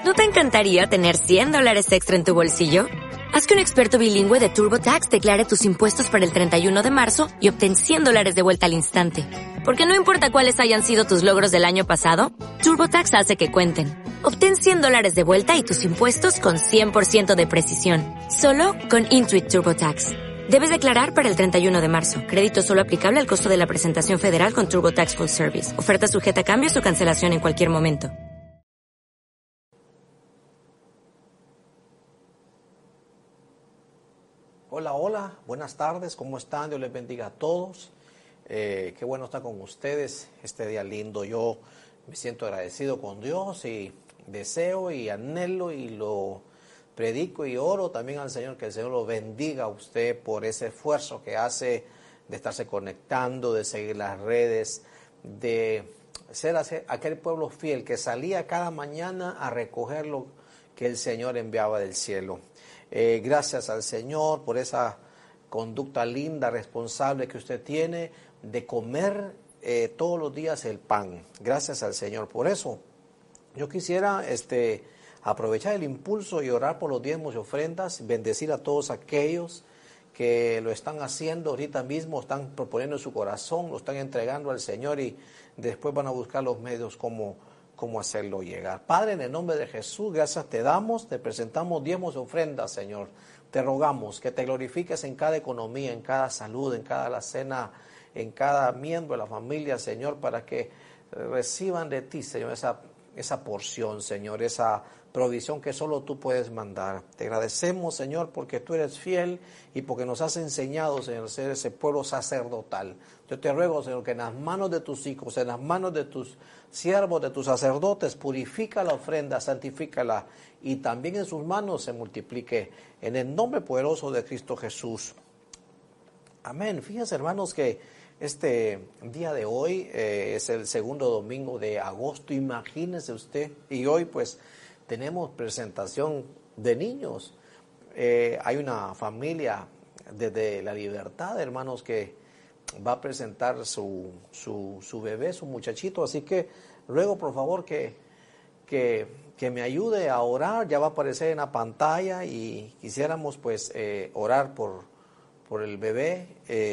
¿No te encantaría tener $100 extra en tu bolsillo? Haz que un experto bilingüe de TurboTax declare tus impuestos para el 31 de marzo y obtén $100 de vuelta al instante. Porque no importa cuáles hayan sido tus logros del año pasado, TurboTax hace que cuenten. Obtén $100 de vuelta y tus impuestos con 100% de precisión. Solo con Intuit TurboTax. Debes declarar para el 31 de marzo. Crédito solo aplicable al costo de la presentación federal con TurboTax Full Service. Oferta sujeta a cambios o cancelación en cualquier momento. Hola, hola, buenas tardes, ¿cómo están? Dios les bendiga a todos. Qué bueno estar con ustedes este día lindo. Yo me siento agradecido con Dios y deseo y anhelo y lo predico y oro también al Señor, que el Señor lo bendiga a usted por ese esfuerzo que hace de estarse conectando, de seguir las redes, de ser aquel pueblo fiel que salía cada mañana a recoger lo que el Señor enviaba del cielo. Gracias al Señor por esa conducta linda, responsable que usted tiene de comer todos los días el pan. Gracias al Señor por eso. Yo quisiera aprovechar el impulso y orar por los diezmos y ofrendas, bendecir a todos aquellos que lo están haciendo ahorita mismo, están proponiendo en su corazón, lo están entregando al Señor y después van a buscar los medios cómo hacerlo llegar. Padre, en el nombre de Jesús, gracias te damos, te presentamos diezmos y ofrendas, Señor. Te rogamos que te glorifiques en cada economía, en cada salud, en cada alacena, en cada miembro de la familia, Señor, para que reciban de ti, Señor, esa porción, Señor, esa provisión que solo tú puedes mandar. Te agradecemos, Señor, porque tú eres fiel y porque nos has enseñado, Señor, a ser ese pueblo sacerdotal. Yo te ruego, Señor, que en las manos de tus hijos, en las manos de tus siervos, de tus sacerdotes, purifica la ofrenda, santifícala y también en sus manos se multiplique. En el nombre poderoso de Cristo Jesús. Amén. Fíjense, hermanos, que este día de hoy es el segundo domingo de agosto, imagínese usted, y hoy pues tenemos presentación de niños. Hay una familia desde La Libertad, hermanos, que va a presentar su bebé, su muchachito, así que ruego por favor que me ayude a orar, ya va a aparecer en la pantalla y quisiéramos pues orar por el bebé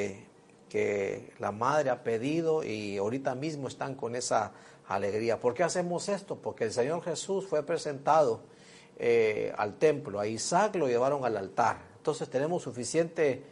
que la madre ha pedido y ahorita mismo están con esa alegría. ¿Por qué hacemos esto? Porque el Señor Jesús fue presentado al templo, a Isaac lo llevaron al altar. Entonces tenemos suficiente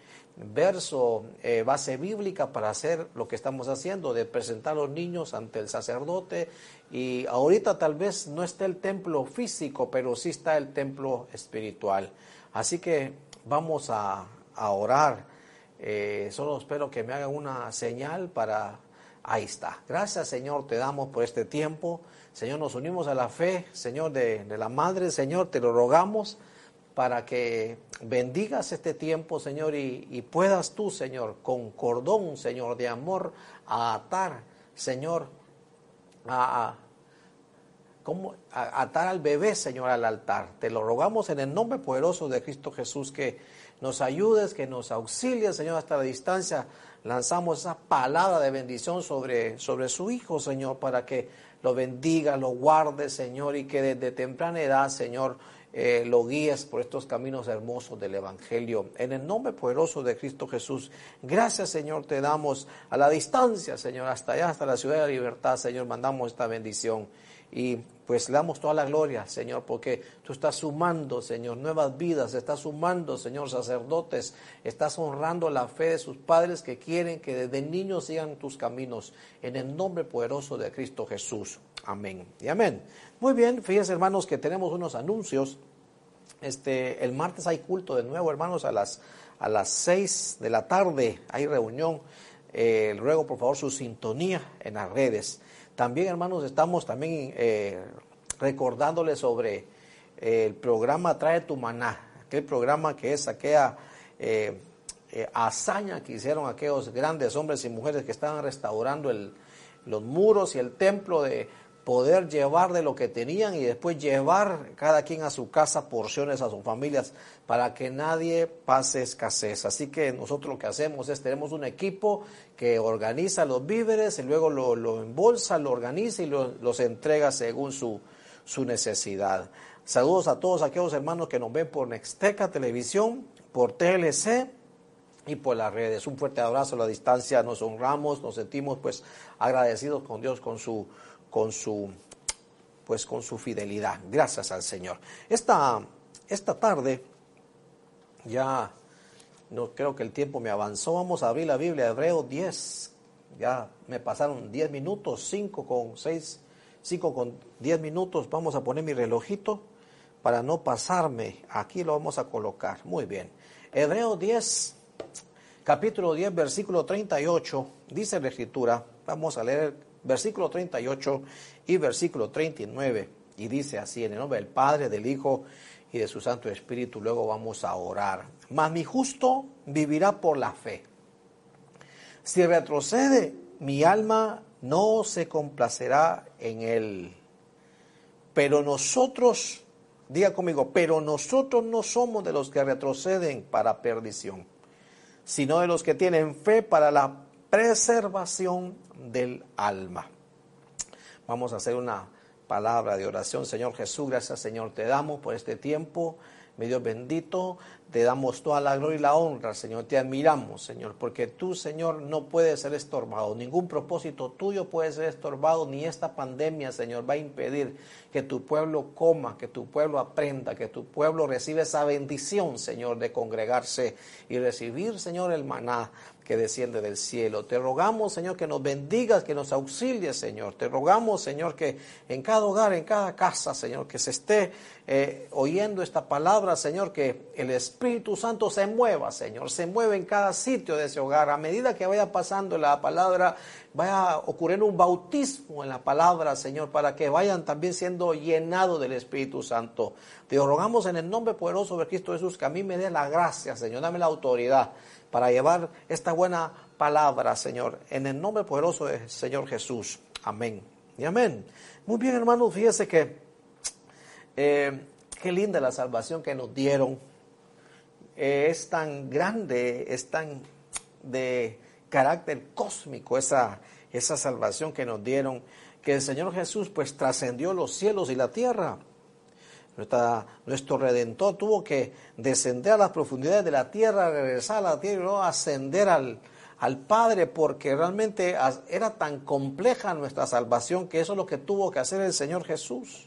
base bíblica para hacer lo que estamos haciendo, de presentar a los niños ante el sacerdote. Y ahorita tal vez no esté el templo físico, pero sí está el templo espiritual. Así que vamos a orar. Solo espero que me hagan una señal para... Ahí está. Gracias, Señor, te damos por este tiempo. Señor, nos unimos a la fe, Señor, de la Madre. Señor, te lo rogamos para que bendigas este tiempo, Señor, y puedas tú, Señor, con cordón, Señor, de amor, a atar, Señor, atar al bebé, Señor, al altar. Te lo rogamos en el nombre poderoso de Cristo Jesús, que nos ayudes, que nos auxilies, Señor, hasta la distancia. Lanzamos esa palabra de bendición sobre su hijo, Señor, para que lo bendiga, lo guarde, Señor, y que desde temprana edad, Señor, lo guíes por estos caminos hermosos del Evangelio. En el nombre poderoso de Cristo Jesús, gracias, Señor, te damos a la distancia, Señor, hasta allá, hasta la ciudad de la libertad, Señor, mandamos esta bendición. Y pues le damos toda la gloria, Señor, porque tú estás sumando, Señor, nuevas vidas, estás sumando, Señor, sacerdotes, estás honrando la fe de sus padres que quieren que desde niños sigan tus caminos, en el nombre poderoso de Cristo Jesús. Amén y amén. Muy bien, fíjense, hermanos, que tenemos unos anuncios. El martes hay culto de nuevo, hermanos, a las 6 de la tarde hay reunión. Ruego, por favor, su sintonía en las redes. También, hermanos, estamos también recordándoles sobre el programa Trae tu Maná, aquel programa que es aquella hazaña que hicieron aquellos grandes hombres y mujeres que estaban restaurando los muros y el templo, de poder llevar de lo que tenían y después llevar cada quien a su casa porciones a sus familias para que nadie pase escasez. Así que nosotros lo que hacemos es, tenemos un equipo que organiza los víveres y luego lo embolsa, lo organiza y los entrega según su su necesidad. Saludos a todos aquellos hermanos que nos ven por Nexteca Televisión, por TLC y por las redes. Un fuerte abrazo a la distancia. Nos honramos, nos sentimos pues agradecidos con Dios con su fidelidad. Gracias al Señor. Esta tarde, ya no creo que el tiempo me avanzó, vamos a abrir la Biblia, Hebreos 10. Ya me pasaron 10 minutos, 5 con 10 minutos. Vamos a poner mi relojito para no pasarme. Aquí lo vamos a colocar. Muy bien. Hebreos 10, capítulo 10, versículo 38, dice la Escritura. Vamos a leer versículo 38 y versículo 39. Y dice así, en el nombre del Padre, del Hijo y de su Santo Espíritu. Luego vamos a orar. Mas mi justo vivirá por la fe. Si retrocede, mi alma no se complacerá en él. Pero nosotros, diga conmigo, pero nosotros no somos de los que retroceden para perdición, sino de los que tienen fe para la preservación del alma. Vamos a hacer una palabra de oración. Señor Jesús, gracias Señor, te damos por este tiempo. Mi Dios bendito, te damos toda la gloria y la honra, Señor. Te admiramos, Señor, porque tú, Señor, no puedes ser estorbado. Ningún propósito tuyo puede ser estorbado, ni esta pandemia, Señor, va a impedir que tu pueblo coma, que tu pueblo aprenda, que tu pueblo reciba esa bendición, Señor, de congregarse y recibir, Señor, el maná que desciende del cielo. Te rogamos, Señor, que nos bendigas, que nos auxilies, Señor. Te rogamos, Señor, que en cada hogar, en cada casa, Señor, que se esté oyendo esta palabra, Señor, que el Espíritu Santo se mueva, Señor, se mueve en cada sitio de ese hogar. A medida que vaya pasando la palabra, vaya a ocurrir un bautismo en la palabra, Señor, para que vayan también siendo llenados del Espíritu Santo. Te rogamos en el nombre poderoso de Cristo Jesús, que a mí me dé la gracia, Señor, dame la autoridad para llevar esta buena palabra, Señor, en el nombre poderoso del Señor Jesús. Amén y amén. Muy bien, hermanos, fíjese que qué linda la salvación que nos dieron. Es tan grande, es tan de carácter cósmico esa salvación que nos dieron, que el Señor Jesús pues trascendió los cielos y la tierra. Nuestro Redentor tuvo que descender a las profundidades de la tierra, regresar a la tierra y luego ascender al Padre, porque realmente era tan compleja nuestra salvación que eso es lo que tuvo que hacer el Señor Jesús.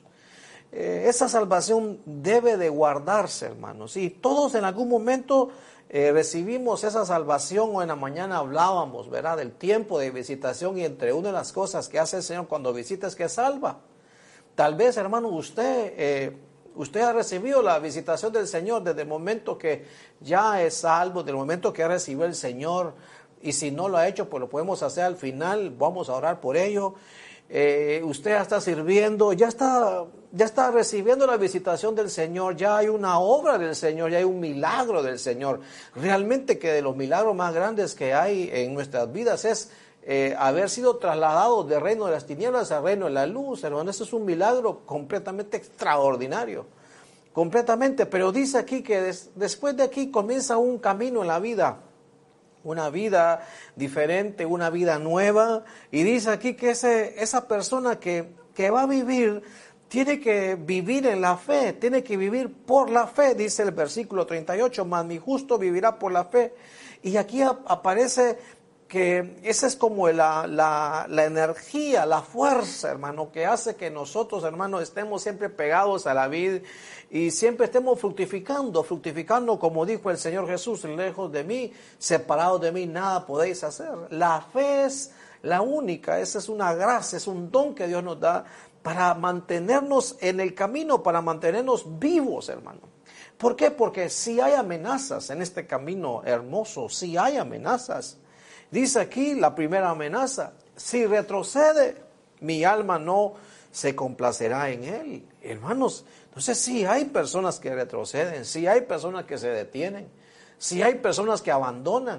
Esa salvación debe de guardarse, hermanos, y todos en algún momento recibimos esa salvación, o en la mañana hablábamos, ¿verdad?, del tiempo de visitación, y entre una de las cosas que hace el Señor cuando visita es que salva. Tal vez, hermano, usted ha recibido la visitación del Señor desde el momento que ya es salvo, desde el momento que ha recibido el Señor, y si no lo ha hecho, pues lo podemos hacer al final, vamos a orar por ello. Usted ya está sirviendo, ya está recibiendo la visitación del Señor, ya hay una obra del Señor, ya hay un milagro del Señor. Realmente que de los milagros más grandes que hay en nuestras vidas es haber sido trasladados del reino de las tinieblas al reino de la luz, hermano. Eso es un milagro completamente extraordinario, completamente. Pero dice aquí que después de aquí comienza un camino en la vida, una vida diferente, una vida nueva, y dice aquí que esa persona que va a vivir tiene que vivir en la fe, tiene que vivir por la fe, dice el versículo 38, mas mi justo vivirá por la fe. Y aquí aparece que esa es como la energía, la fuerza, hermano, que hace que nosotros, hermano, estemos siempre pegados a la vid y siempre estemos fructificando como dijo el Señor Jesús: lejos de mí, separados de mí, nada podéis hacer. La fe es la única, esa es una gracia, es un don que Dios nos da para mantenernos en el camino, para mantenernos vivos, hermano. ¿Por qué? Porque si hay amenazas en este camino hermoso, si hay amenazas. Dice aquí la primera amenaza: si retrocede, mi alma no se complacerá en él. Hermanos, entonces sí hay personas que retroceden, sí hay personas que se detienen, sí hay personas que abandonan.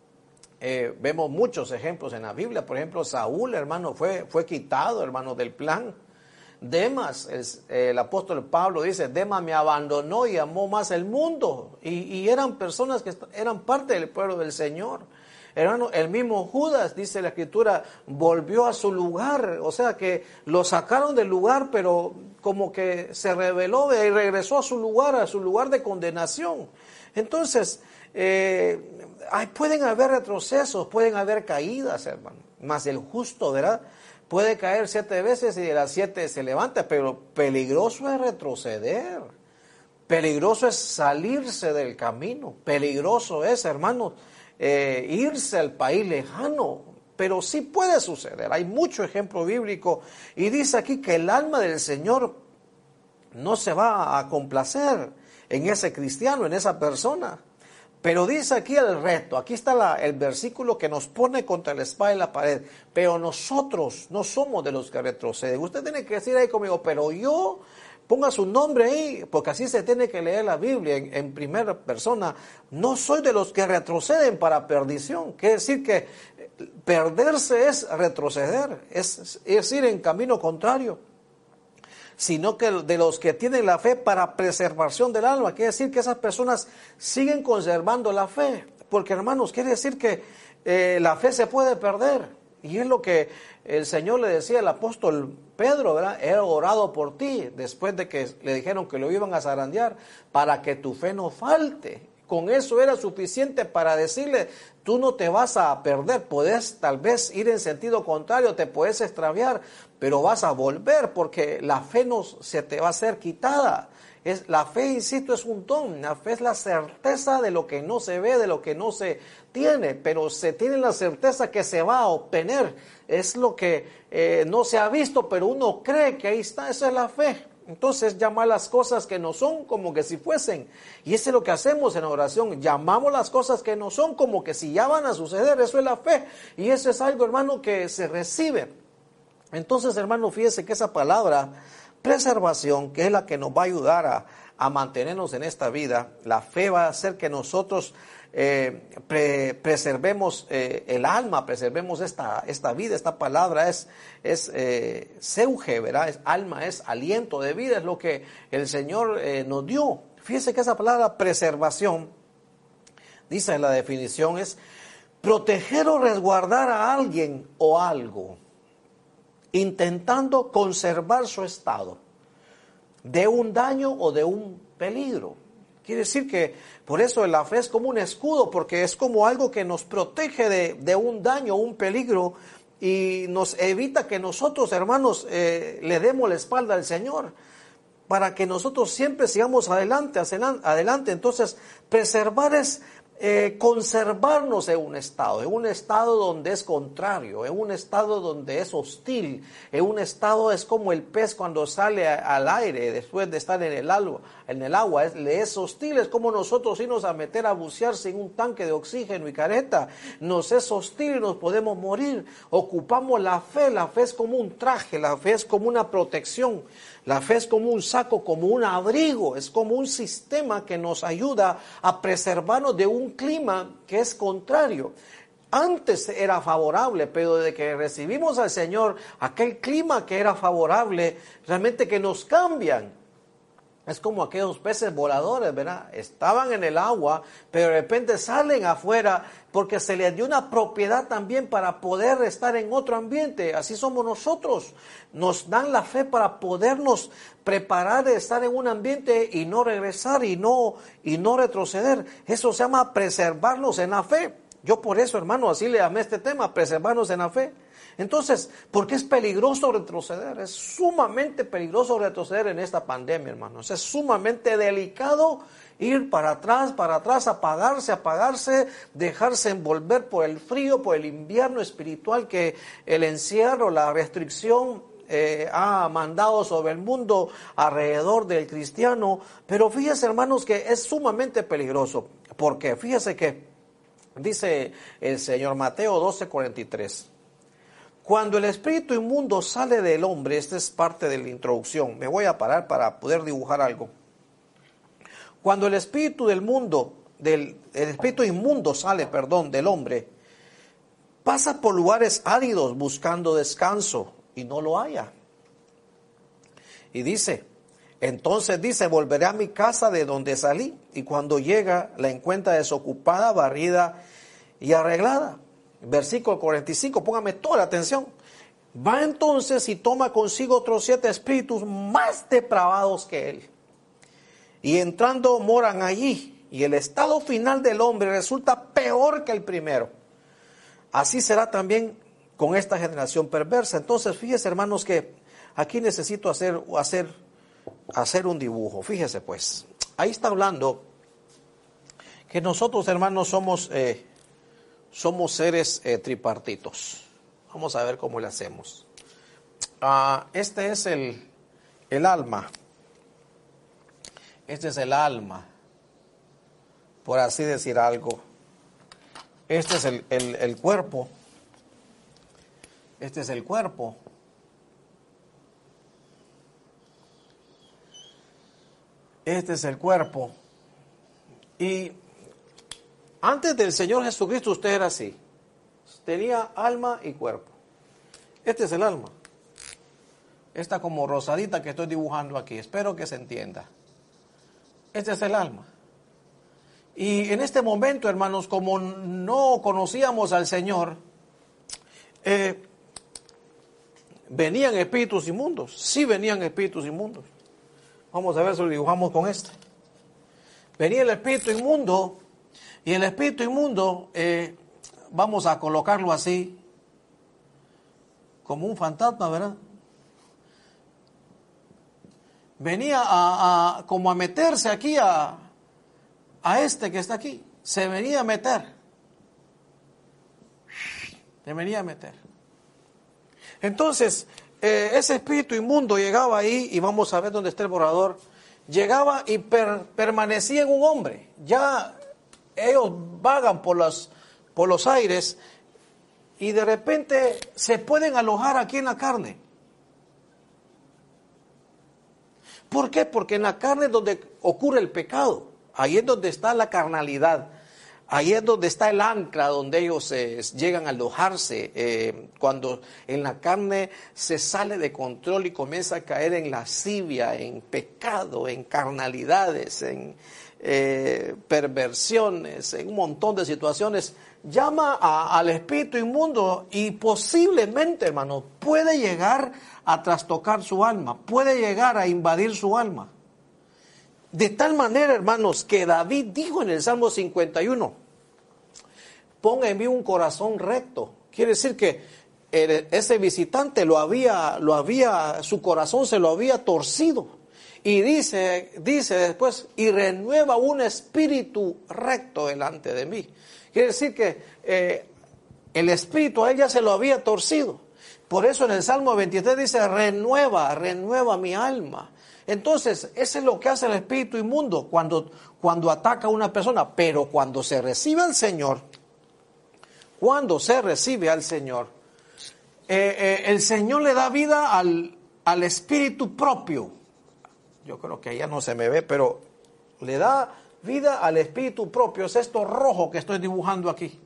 Vemos muchos ejemplos en la Biblia. Por ejemplo, Saúl, hermano, fue quitado, hermano, del plan. Demas, el apóstol Pablo dice: Demas me abandonó y amó más el mundo. Y eran personas que eran parte del pueblo del Señor. hermano, el mismo Judas, dice la Escritura, volvió a su lugar. O sea que lo sacaron del lugar, pero como que se rebeló y regresó a su lugar de condenación. Entonces, pueden haber retrocesos, pueden haber caídas, hermano. Mas el justo, ¿verdad?, puede caer 7 veces y de las 7 se levanta, pero peligroso es retroceder. Peligroso es salirse del camino. Peligroso es, hermano, irse al país lejano. Pero sí puede suceder. Hay mucho ejemplo bíblico. Y dice aquí que el alma del Señor no se va a complacer en ese cristiano, en esa persona. Pero dice aquí el reto, aquí está el versículo que nos pone contra la espada y la pared. Pero nosotros no somos de los que retroceden. Usted tiene que decir ahí conmigo, pero yo, ponga su nombre ahí, porque así se tiene que leer la Biblia en primera persona. No soy de los que retroceden para perdición. Quiere decir que perderse es retroceder, es ir en camino contrario. Sino que de los que tienen la fe para preservación del alma. Quiere decir que esas personas siguen conservando la fe. Porque, hermanos, quiere decir que la fe se puede perder. Y es lo que el Señor le decía al apóstol Pedro, ¿verdad? He orado por ti, después de que le dijeron que lo iban a zarandear, para que tu fe no falte. Con eso era suficiente para decirle, tú no te vas a perder, puedes tal vez ir en sentido contrario, te puedes extraviar, pero vas a volver porque la fe no se te va a ser quitada. La fe, insisto, es un don. La fe es la certeza de lo que no se ve, de lo que no se tiene, pero se tiene la certeza que se va a obtener. Es lo que no se ha visto, pero uno cree que ahí está. Esa es la fe. Entonces llamar las cosas que no son como que si fuesen. Y eso es lo que hacemos en oración. Llamamos las cosas que no son como que si ya van a suceder. Eso es la fe. Y eso es algo, hermano, que se recibe. Entonces, hermano, fíjese que esa palabra preservación, que es la que nos va a ayudar a mantenernos en esta vida, la fe va a hacer que nosotros preservemos el alma, preservemos esta vida. Esta palabra es seuge, ¿verdad? Es alma, es aliento de vida, es lo que el Señor nos dio. Fíjese que esa palabra preservación, dice en la definición, es proteger o resguardar a alguien o algo, intentando conservar su estado de un daño o de un peligro. Quiere decir que por eso la fe es como un escudo, porque es como algo que nos protege de un daño, un peligro, y nos evita que nosotros, hermanos, le demos la espalda al Señor, para que nosotros siempre sigamos adelante. Entonces, preservar es conservarnos en un estado donde es contrario, en un estado donde es hostil, en un estado es como el pez cuando sale al aire después de estar en el agua, le es hostil, es como nosotros irnos a meter a bucear sin un tanque de oxígeno y careta, nos es hostil y nos podemos morir. Ocupamos la fe es como un traje, la fe es como una protección, la fe es como un saco, como un abrigo, es como un sistema que nos ayuda a preservarnos de un clima que es contrario. Antes era favorable, pero desde que recibimos al Señor, aquel clima que era favorable, realmente que nos cambian. Es como aquellos peces voladores, ¿verdad? Estaban en el agua, pero de repente salen afuera porque se les dio una propiedad también para poder estar en otro ambiente. Así somos nosotros. Nos dan la fe para podernos preparar de estar en un ambiente y no regresar y no retroceder. Eso se llama preservarnos en la fe. Yo por eso, hermano, así le llamé este tema, preservarnos en la fe. Entonces, ¿por qué es peligroso retroceder? Es sumamente peligroso retroceder en esta pandemia, hermanos. Es sumamente delicado ir para atrás, apagarse, dejarse envolver por el frío, por el invierno espiritual que el encierro, la restricción ha mandado sobre el mundo alrededor del cristiano. Pero fíjese, hermanos, que es sumamente peligroso. ¿Por qué? Fíjese que dice el Señor Mateo 12:43. Cuando el espíritu inmundo sale del hombre, esta es parte de la introducción, me voy a parar para poder dibujar algo. Cuando el espíritu inmundo sale del hombre, pasa por lugares áridos buscando descanso y no lo halla. Y entonces dice, volveré a mi casa de donde salí, y cuando llega la encuentra desocupada, barrida y arreglada. versículo 45, póngame toda la atención. Va entonces y toma consigo otros 7 espíritus más depravados que él. Y entrando moran allí. Y el estado final del hombre resulta peor que el primero. Así será también con esta generación perversa. Entonces, fíjese, hermanos, que aquí necesito hacer un dibujo. Fíjese, pues. Ahí está hablando que nosotros, hermanos, somos seres tripartitos. Vamos a ver cómo le hacemos. Este es el alma. Este es el alma, por así decir algo. Este es el cuerpo. Este es el cuerpo. Este es el cuerpo. Y antes del Señor Jesucristo usted era así. Tenía alma y cuerpo. Este es el alma. Esta como rosadita que estoy dibujando aquí. Espero que se entienda. Este es el alma. Y en este momento, hermanos, como no conocíamos al Señor, venían espíritus inmundos. Sí venían espíritus inmundos. Vamos a ver si lo dibujamos con este. Venía el espíritu inmundo. Y el espíritu inmundo, vamos a colocarlo así, como un fantasma, ¿verdad? Venía como a meterse aquí a este que está aquí. Se venía a meter. Se venía a meter. Entonces, ese espíritu inmundo llegaba ahí, y vamos a ver dónde está el borrador. Llegaba y permanecía en un hombre. Ya ellos vagan por los aires y de repente se pueden alojar aquí en la carne. ¿Por qué? Porque en la carne es donde ocurre el pecado. Ahí es donde está la carnalidad. Ahí es donde está el ancla, donde ellos llegan a alojarse. Cuando en la carne se sale de control y comienza a caer en lascivia, en pecado, en carnalidades, en perversiones, en un montón de situaciones, llama al espíritu inmundo y posiblemente, hermano, puede llegar a trastocar su alma, puede llegar a invadir su alma. De tal manera, hermanos, que David dijo en el Salmo 51, ponga en mí un corazón recto. Quiere decir que ese visitante su corazón se lo había torcido. Y dice después, y renueva un espíritu recto delante de mí. Quiere decir que el espíritu a ella se lo había torcido. Por eso en el Salmo 23 dice, renueva mi alma. Entonces, eso es lo que hace el espíritu inmundo cuando ataca a una persona. Pero cuando se recibe al Señor, el Señor le da vida al espíritu propio. Yo creo que allá no se me ve, pero le da vida al espíritu propio. Es esto rojo que estoy dibujando aquí.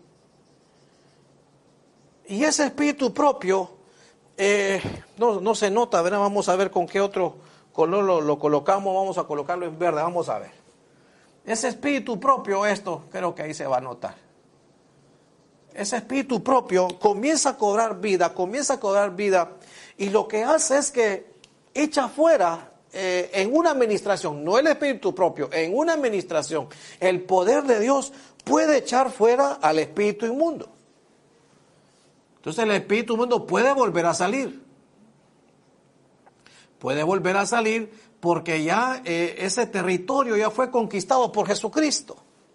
Y ese espíritu propio, no se nota, ¿verdad? Vamos a ver con qué otro color lo colocamos. Vamos a colocarlo en verde, vamos a ver. Ese espíritu propio, esto creo que ahí se va a notar. Ese espíritu propio comienza a cobrar vida, y lo que hace es que echa fuera en una administración, no el espíritu propio, en una administración, el poder de Dios puede echar fuera al espíritu inmundo. Entonces el espíritu inmundo puede volver a salir. Puede volver a salir porque ya ese territorio ya fue conquistado por Jesucristo.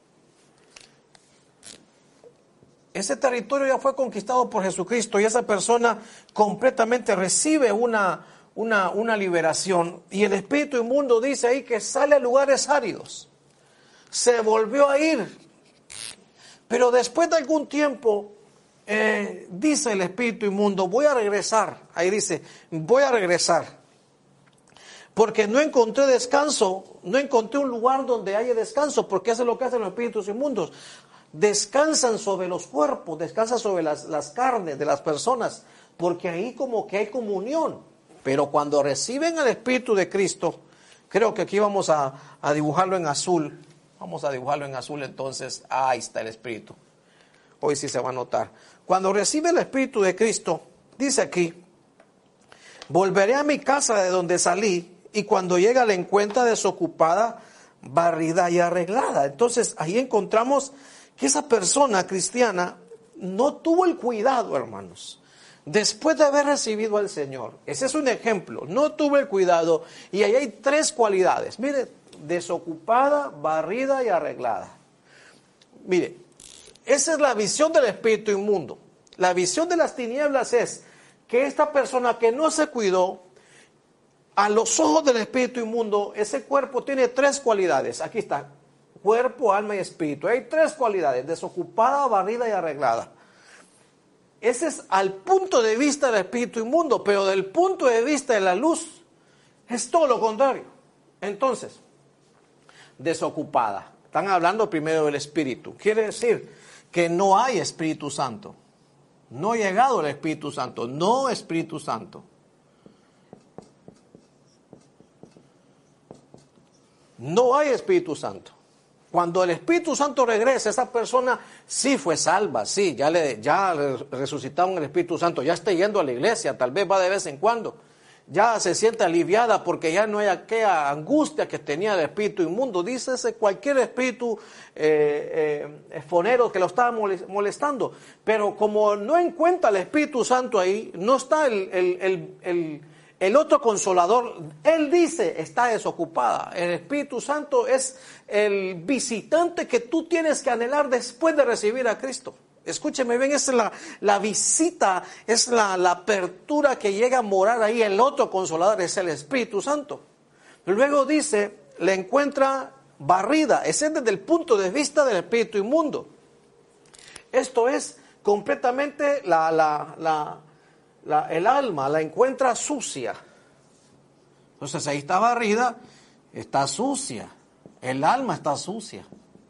Ese territorio ya fue conquistado por Jesucristo y esa persona completamente recibe una liberación. Y el espíritu inmundo dice ahí que sale a lugares áridos. Se volvió a ir. Pero después de algún tiempo, dice el espíritu inmundo, voy a regresar. Ahí dice, voy a regresar. Porque no encontré descanso, no encontré un lugar donde haya descanso, porque eso es lo que hacen los espíritus inmundos. Descansan sobre los cuerpos, descansan sobre las carnes de las personas, porque ahí como que hay comunión. Pero cuando reciben al Espíritu de Cristo, creo que aquí vamos a dibujarlo en azul. Vamos a dibujarlo en azul entonces. Ahí está el Espíritu. Hoy sí se va a notar. cuando recibe el Espíritu de Cristo, dice aquí, volveré a mi casa de donde salí, y cuando llega la encuentra desocupada, barrida y arreglada. Entonces ahí encontramos que esa persona cristiana no tuvo el cuidado, hermanos, después de haber recibido al Señor. Ese es un ejemplo, no tuvo el cuidado, y ahí hay 3 cualidades. Mire, desocupada, barrida y arreglada. Mire, esa es la visión del espíritu inmundo. La visión de las tinieblas es que esta persona que no se cuidó, a los ojos del espíritu inmundo, ese cuerpo tiene 3 cualidades. Aquí está, cuerpo, alma y espíritu. Hay 3 cualidades, desocupada, barrida y arreglada. Ese es al punto de vista del espíritu inmundo, pero del punto de vista de la luz es todo lo contrario. Entonces, desocupada. Están hablando primero del espíritu. Quiere decir que no hay Espíritu Santo. No ha llegado el Espíritu Santo. No Espíritu Santo. No hay Espíritu Santo. Cuando el Espíritu Santo regresa, esa persona sí fue salva, sí, ya resucitaron el Espíritu Santo, ya está yendo a la iglesia, tal vez va de vez en cuando, ya se siente aliviada porque ya no hay aquella angustia que tenía el espíritu inmundo. Dícese cualquier espíritu fonero que lo estaba molestando, pero como no encuentra el Espíritu Santo ahí, no está el otro consolador, él dice, está desocupada. El Espíritu Santo es el visitante que tú tienes que anhelar después de recibir a Cristo. Escúcheme bien, esa es la visita, es la apertura que llega a morar ahí. El otro consolador es el Espíritu Santo. Luego dice, le encuentra barrida. Ese es desde el punto de vista del espíritu inmundo. Esto es completamente el alma, la encuentra sucia. Entonces ahí está barrida, está sucia. El alma está sucia.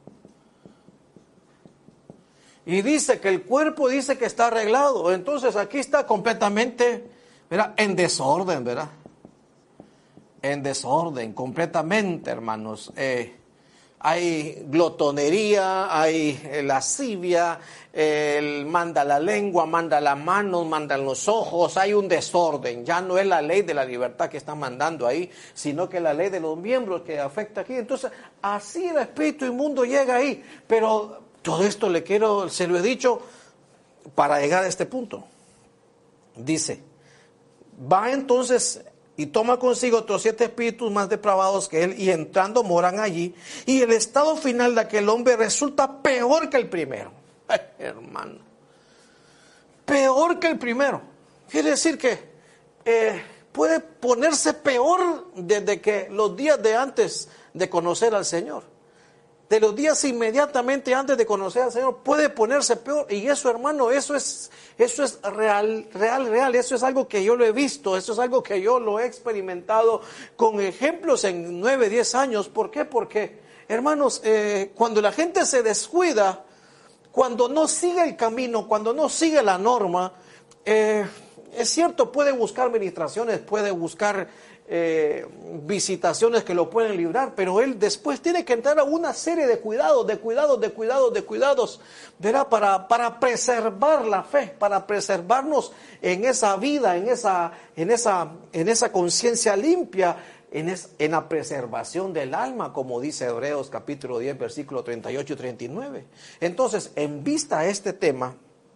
Y dice que el cuerpo dice que está arreglado. Entonces aquí está completamente, ¿verdad?, en desorden, ¿verdad? En desorden, completamente, hermanos. Hay glotonería, hay lascivia, manda la lengua, manda las manos, mandan los ojos, hay un desorden. Ya no es la ley de la libertad que está mandando ahí, sino que la ley de los miembros que afecta aquí. Entonces, así el espíritu inmundo llega ahí. Pero todo esto se lo he dicho para llegar a este punto. Dice, va entonces y toma consigo otros 7 espíritus más depravados que él, y entrando moran allí, y el estado final de aquel hombre resulta peor que el primero. Ay, hermano, peor que el primero. Quiere decir que puede ponerse peor desde que los días de antes de conocer al Señor. De los días inmediatamente antes de conocer al Señor puede ponerse peor. Y eso, hermano, eso es real. Eso es algo que yo lo he visto, eso es algo que yo lo he experimentado con ejemplos en 9, 10 años. ¿Por qué? Porque, hermanos, cuando la gente se descuida, cuando no sigue el camino, cuando no sigue la norma, es cierto, puede buscar ministraciones, puede buscar visitaciones que lo pueden librar, pero él después tiene que entrar a una serie de cuidados, ¿verdad? Para preservar la fe, para preservarnos en esa vida, en esa conciencia limpia, en la preservación del alma, como dice Hebreos capítulo 10, versículo 38 y 39. Entonces, en vista a este tema,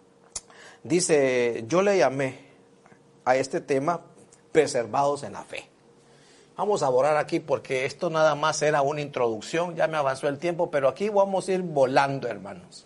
dice, yo le llamé a este tema preservados en la fe. Vamos a orar aquí porque esto nada más era una introducción, ya me avanzó el tiempo, pero aquí vamos a ir volando, hermanos.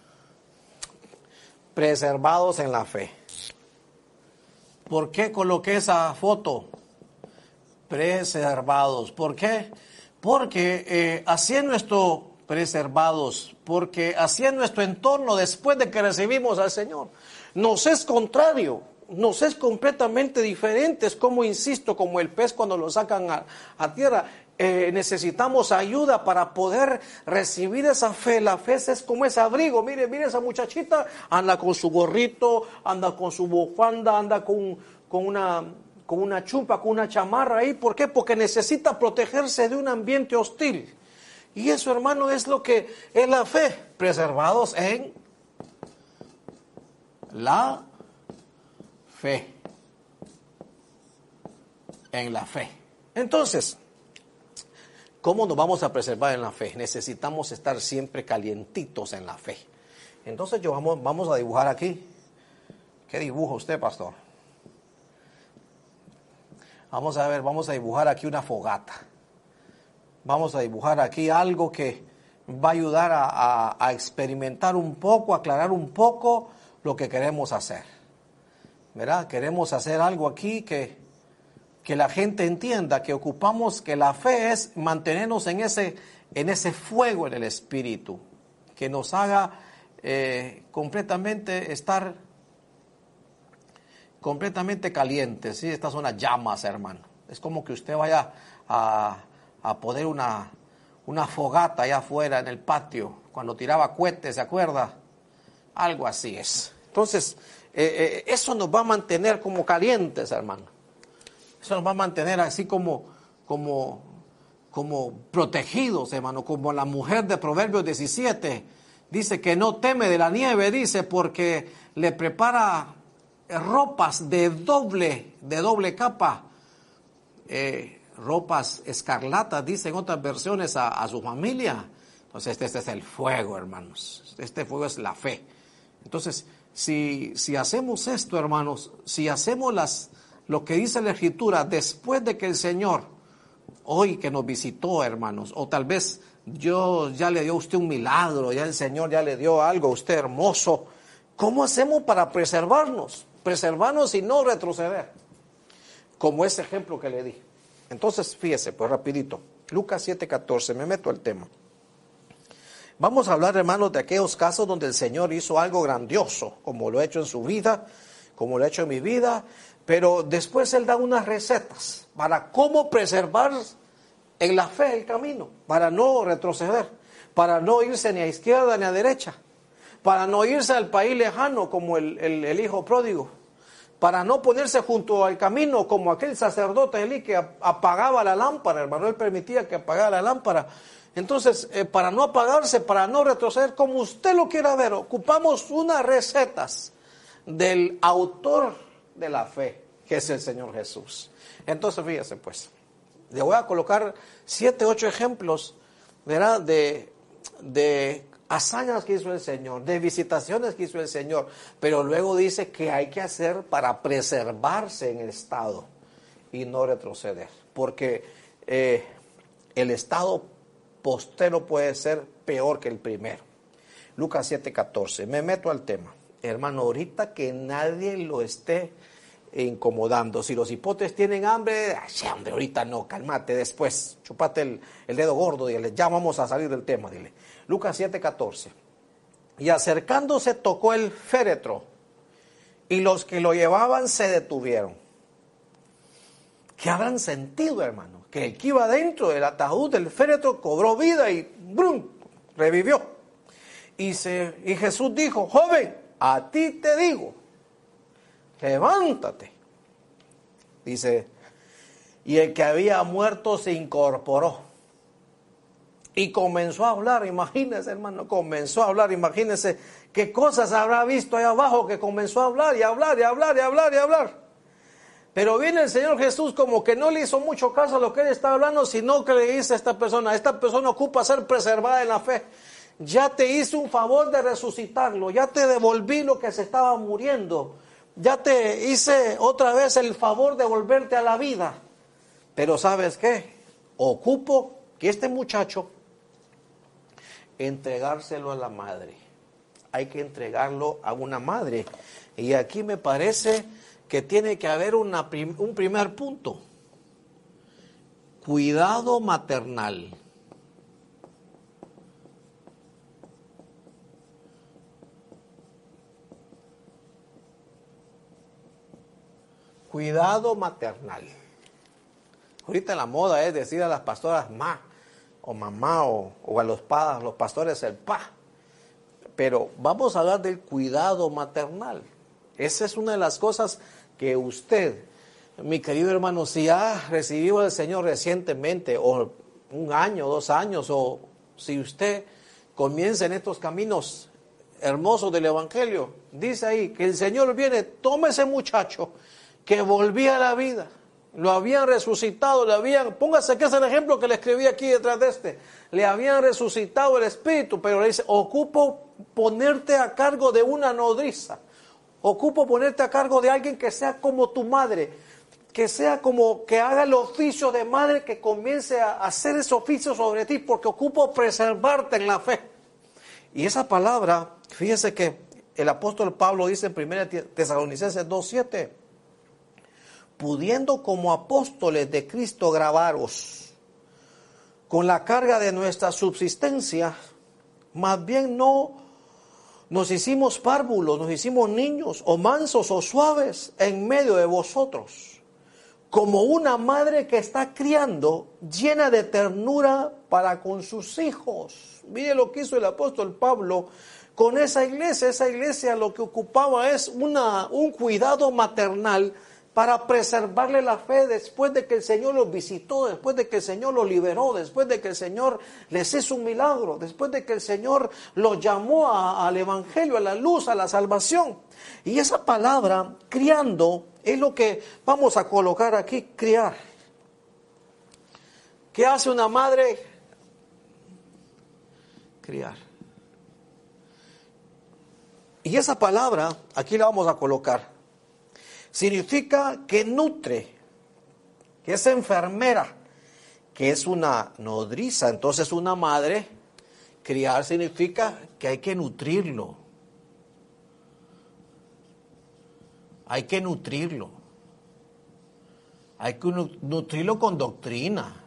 Preservados en la fe. ¿Por qué coloqué esa foto? Preservados. ¿Por qué? Porque así es nuestro preservados, porque así es nuestro entorno después de que recibimos al Señor. Nos es contrario. Nos es completamente diferente, es como, insisto, como el pez cuando lo sacan a tierra. Necesitamos ayuda para poder recibir esa fe. La fe es como ese abrigo. Mire esa muchachita, anda con su gorrito, anda con su bufanda, anda con una chumpa, con una chamarra ahí. ¿Por qué? Porque necesita protegerse de un ambiente hostil. Y eso, hermano, es lo que es la fe, preservados en La fe. En la fe. Entonces, ¿cómo nos vamos a preservar en la fe? Necesitamos estar siempre calientitos en la fe. Entonces vamos a dibujar aquí. ¿Qué dibuja usted, pastor? Vamos a dibujar aquí una fogata. Vamos a dibujar aquí algo que va a ayudar a experimentar un poco, a aclarar un poco lo que queremos hacer. ¿Verdad? Queremos hacer algo aquí que la gente entienda, que ocupamos, que la fe es mantenernos en ese fuego en el espíritu, que nos haga estar completamente calientes, ¿sí? Estas son las llamas, hermano. Es como que usted vaya a poner una fogata allá afuera en el patio, cuando tiraba cohetes, ¿se acuerda? Algo así es. Entonces, eso nos va a mantener como calientes, hermano. Eso nos va a mantener así como protegidos, hermano, como la mujer de Proverbios 17. Dice que no teme de la nieve, dice, porque le prepara ropas de doble capa, ropas escarlatas, dicen otras versiones, a su familia. Entonces este es el fuego, hermanos. Este fuego es la fe. Entonces, si hacemos esto, hermanos, si hacemos lo que dice la Escritura, después de que el Señor, hoy que nos visitó, hermanos, o tal vez Dios ya le dio a usted un milagro, ya el Señor ya le dio algo a usted hermoso, ¿cómo hacemos para preservarnos? Preservarnos y no retroceder, como ese ejemplo que le di. Entonces, fíjese, pues rapidito, Lucas 7:14, me meto al tema. Vamos a hablar, hermanos, de aquellos casos donde el Señor hizo algo grandioso, como lo ha hecho en su vida, como lo ha hecho en mi vida, pero después Él da unas recetas para cómo preservar en la fe el camino, para no retroceder, para no irse ni a izquierda ni a derecha, para no irse al país lejano como el hijo pródigo, para no ponerse junto al camino como aquel sacerdote Elí que apagaba la lámpara, hermano, él permitía que apagara la lámpara. Entonces, para no apagarse, para no retroceder, como usted lo quiera ver, ocupamos unas recetas del autor de la fe, que es el Señor Jesús. Entonces, fíjese pues, le voy a colocar 7, 8 ejemplos, ¿verdad? De hazañas que hizo el Señor, de visitaciones que hizo el Señor, pero luego dice que hay que hacer para preservarse en el estado y no retroceder, porque el estado postero puede ser peor que el primero. Lucas 7:14, me meto al tema. Hermano, ahorita que nadie lo esté incomodando. Si los hipotes tienen hambre, ay, hombre, ahorita no, cálmate, después, chupate el dedo gordo, dile, ya vamos a salir del tema, dile. Lucas 7:14. Y acercándose tocó el féretro, y los que lo llevaban se detuvieron. ¿Qué habrán sentido, hermano? Que el que iba dentro del ataúd del féretro cobró vida y ¡brum!, revivió. Y Jesús dijo, joven, a ti te digo, levántate. Dice, y el que había muerto se incorporó y comenzó a hablar. Imagínense, hermano, comenzó a hablar. Imagínense qué cosas habrá visto ahí abajo, que comenzó a hablar y hablar y hablar y hablar y hablar. Pero viene el Señor Jesús como que no le hizo mucho caso a lo que él estaba hablando, sino que le dice a esta persona ocupa ser preservada en la fe. Ya te hice un favor de resucitarlo, ya te devolví lo que se estaba muriendo, ya te hice otra vez el favor de volverte a la vida. Pero ¿sabes qué? Ocupo que este muchacho entregárselo a la madre. Hay que entregarlo a una madre. Y aquí me parece que tiene que haber un primer punto. Cuidado maternal. Cuidado maternal. Ahorita la moda es decir a las pastoras ma o mamá o a los pastores el pa. Pero vamos a hablar del cuidado maternal. Esa es una de las cosas que usted, mi querido hermano, si ha recibido al Señor recientemente, o 1 año, 2 años, o si usted comienza en estos caminos hermosos del Evangelio. Dice ahí que el Señor viene, toma ese muchacho que volvía a la vida. Lo habían resucitado, póngase que es el ejemplo que le escribí aquí detrás de este. Le habían resucitado el espíritu, pero le dice, ocupo ponerte a cargo de una nodriza. Ocupo ponerte a cargo de alguien que sea como tu madre, que sea como que haga el oficio de madre, que comience a hacer ese oficio sobre ti, porque ocupo preservarte en la fe. Y esa palabra, fíjese que el apóstol Pablo dice en 1 Tesalonicenses 2:7, pudiendo como apóstoles de Cristo grabaros con la carga de nuestra subsistencia, más bien no nos hicimos párvulos, nos hicimos niños o mansos o suaves en medio de vosotros, como una madre que está criando llena de ternura para con sus hijos. Mire lo que hizo el apóstol Pablo con esa iglesia. Esa iglesia lo que ocupaba es un cuidado maternal para preservarle la fe después de que el Señor los visitó, después de que el Señor los liberó, después de que el Señor les hizo un milagro, después de que el Señor los llamó al Evangelio, a la luz, a la salvación. Y esa palabra, criando, es lo que vamos a colocar aquí, criar. ¿Qué hace una madre? Criar. Y esa palabra, aquí la vamos a colocar. Significa que nutre, que es enfermera, que es una nodriza. Entonces una madre, criar significa que hay que nutrirlo. Hay que nutrirlo. Hay que nutrirlo con doctrina.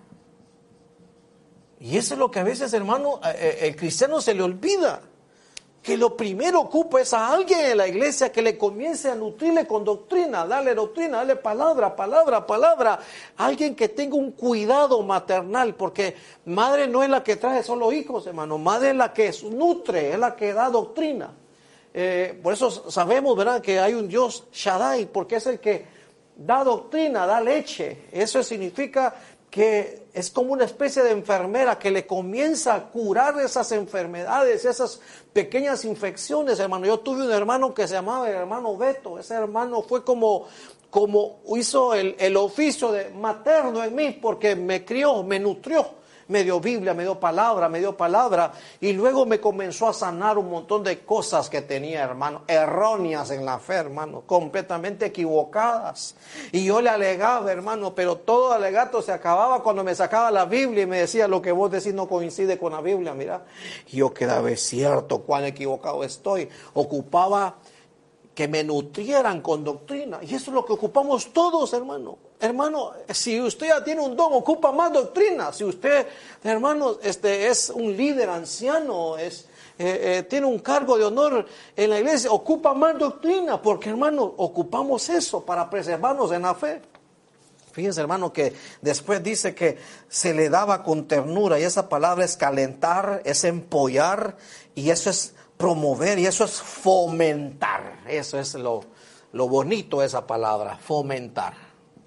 Y eso es lo que a veces, hermano, el cristiano se le olvida. Que lo primero ocupa es a alguien en la iglesia que le comience a nutrirle con doctrina, darle palabra. Alguien que tenga un cuidado maternal, porque madre no es la que trae solo hijos, hermano. Madre es la que nutre, es la que da doctrina. Por eso sabemos, ¿verdad?, que hay un Dios Shaddai, porque es el que da doctrina, da leche. Eso significa que es como una especie de enfermera que le comienza a curar esas enfermedades, esas pequeñas infecciones, hermano. Yo tuve un hermano que se llamaba el hermano Beto. Ese hermano fue como hizo el oficio de materno en mí, porque me crió, me nutrió. Me dio Biblia, me dio palabra, y luego me comenzó a sanar un montón de cosas que tenía, hermano, erróneas en la fe, hermano, completamente equivocadas. Y yo le alegaba, hermano, pero todo alegato se acababa cuando me sacaba la Biblia y me decía, lo que vos decís no coincide con la Biblia, mira. Y yo quedaba, es cierto, cuán equivocado estoy. Ocupaba que me nutrieran con doctrina, y eso es lo que ocupamos todos, hermano. Hermano, si usted ya tiene un don, ocupa más doctrina. Si usted, hermano, es un líder anciano, tiene un cargo de honor en la iglesia, ocupa más doctrina, porque, hermano, ocupamos eso para preservarnos en la fe. Fíjense, hermano, que después dice que se le daba con ternura, y esa palabra es calentar, es empollar, y eso es promover, y eso es fomentar. Eso es lo bonito de esa palabra, fomentar.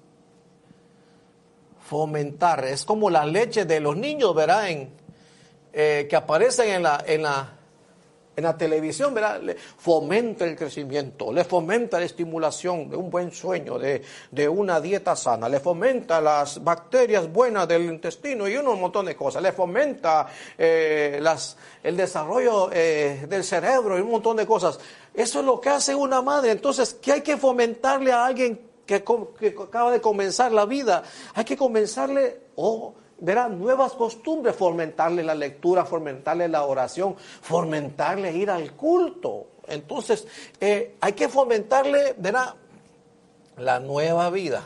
Fomentar, es como la leche de los niños, ¿verdad? Que aparecen en la televisión, ¿verdad? Le fomenta el crecimiento, le fomenta la estimulación de un buen sueño, de una dieta sana, le fomenta las bacterias buenas del intestino y un montón de cosas, le fomenta el desarrollo del cerebro y un montón de cosas. Eso es lo que hace una madre. Entonces, ¿qué hay que fomentarle a alguien que acaba de comenzar la vida? Hay que comenzarle, verá, nuevas costumbres, fomentarle la lectura, fomentarle la oración, fomentarle ir al culto. Entonces, hay que fomentarle, verá, la nueva vida.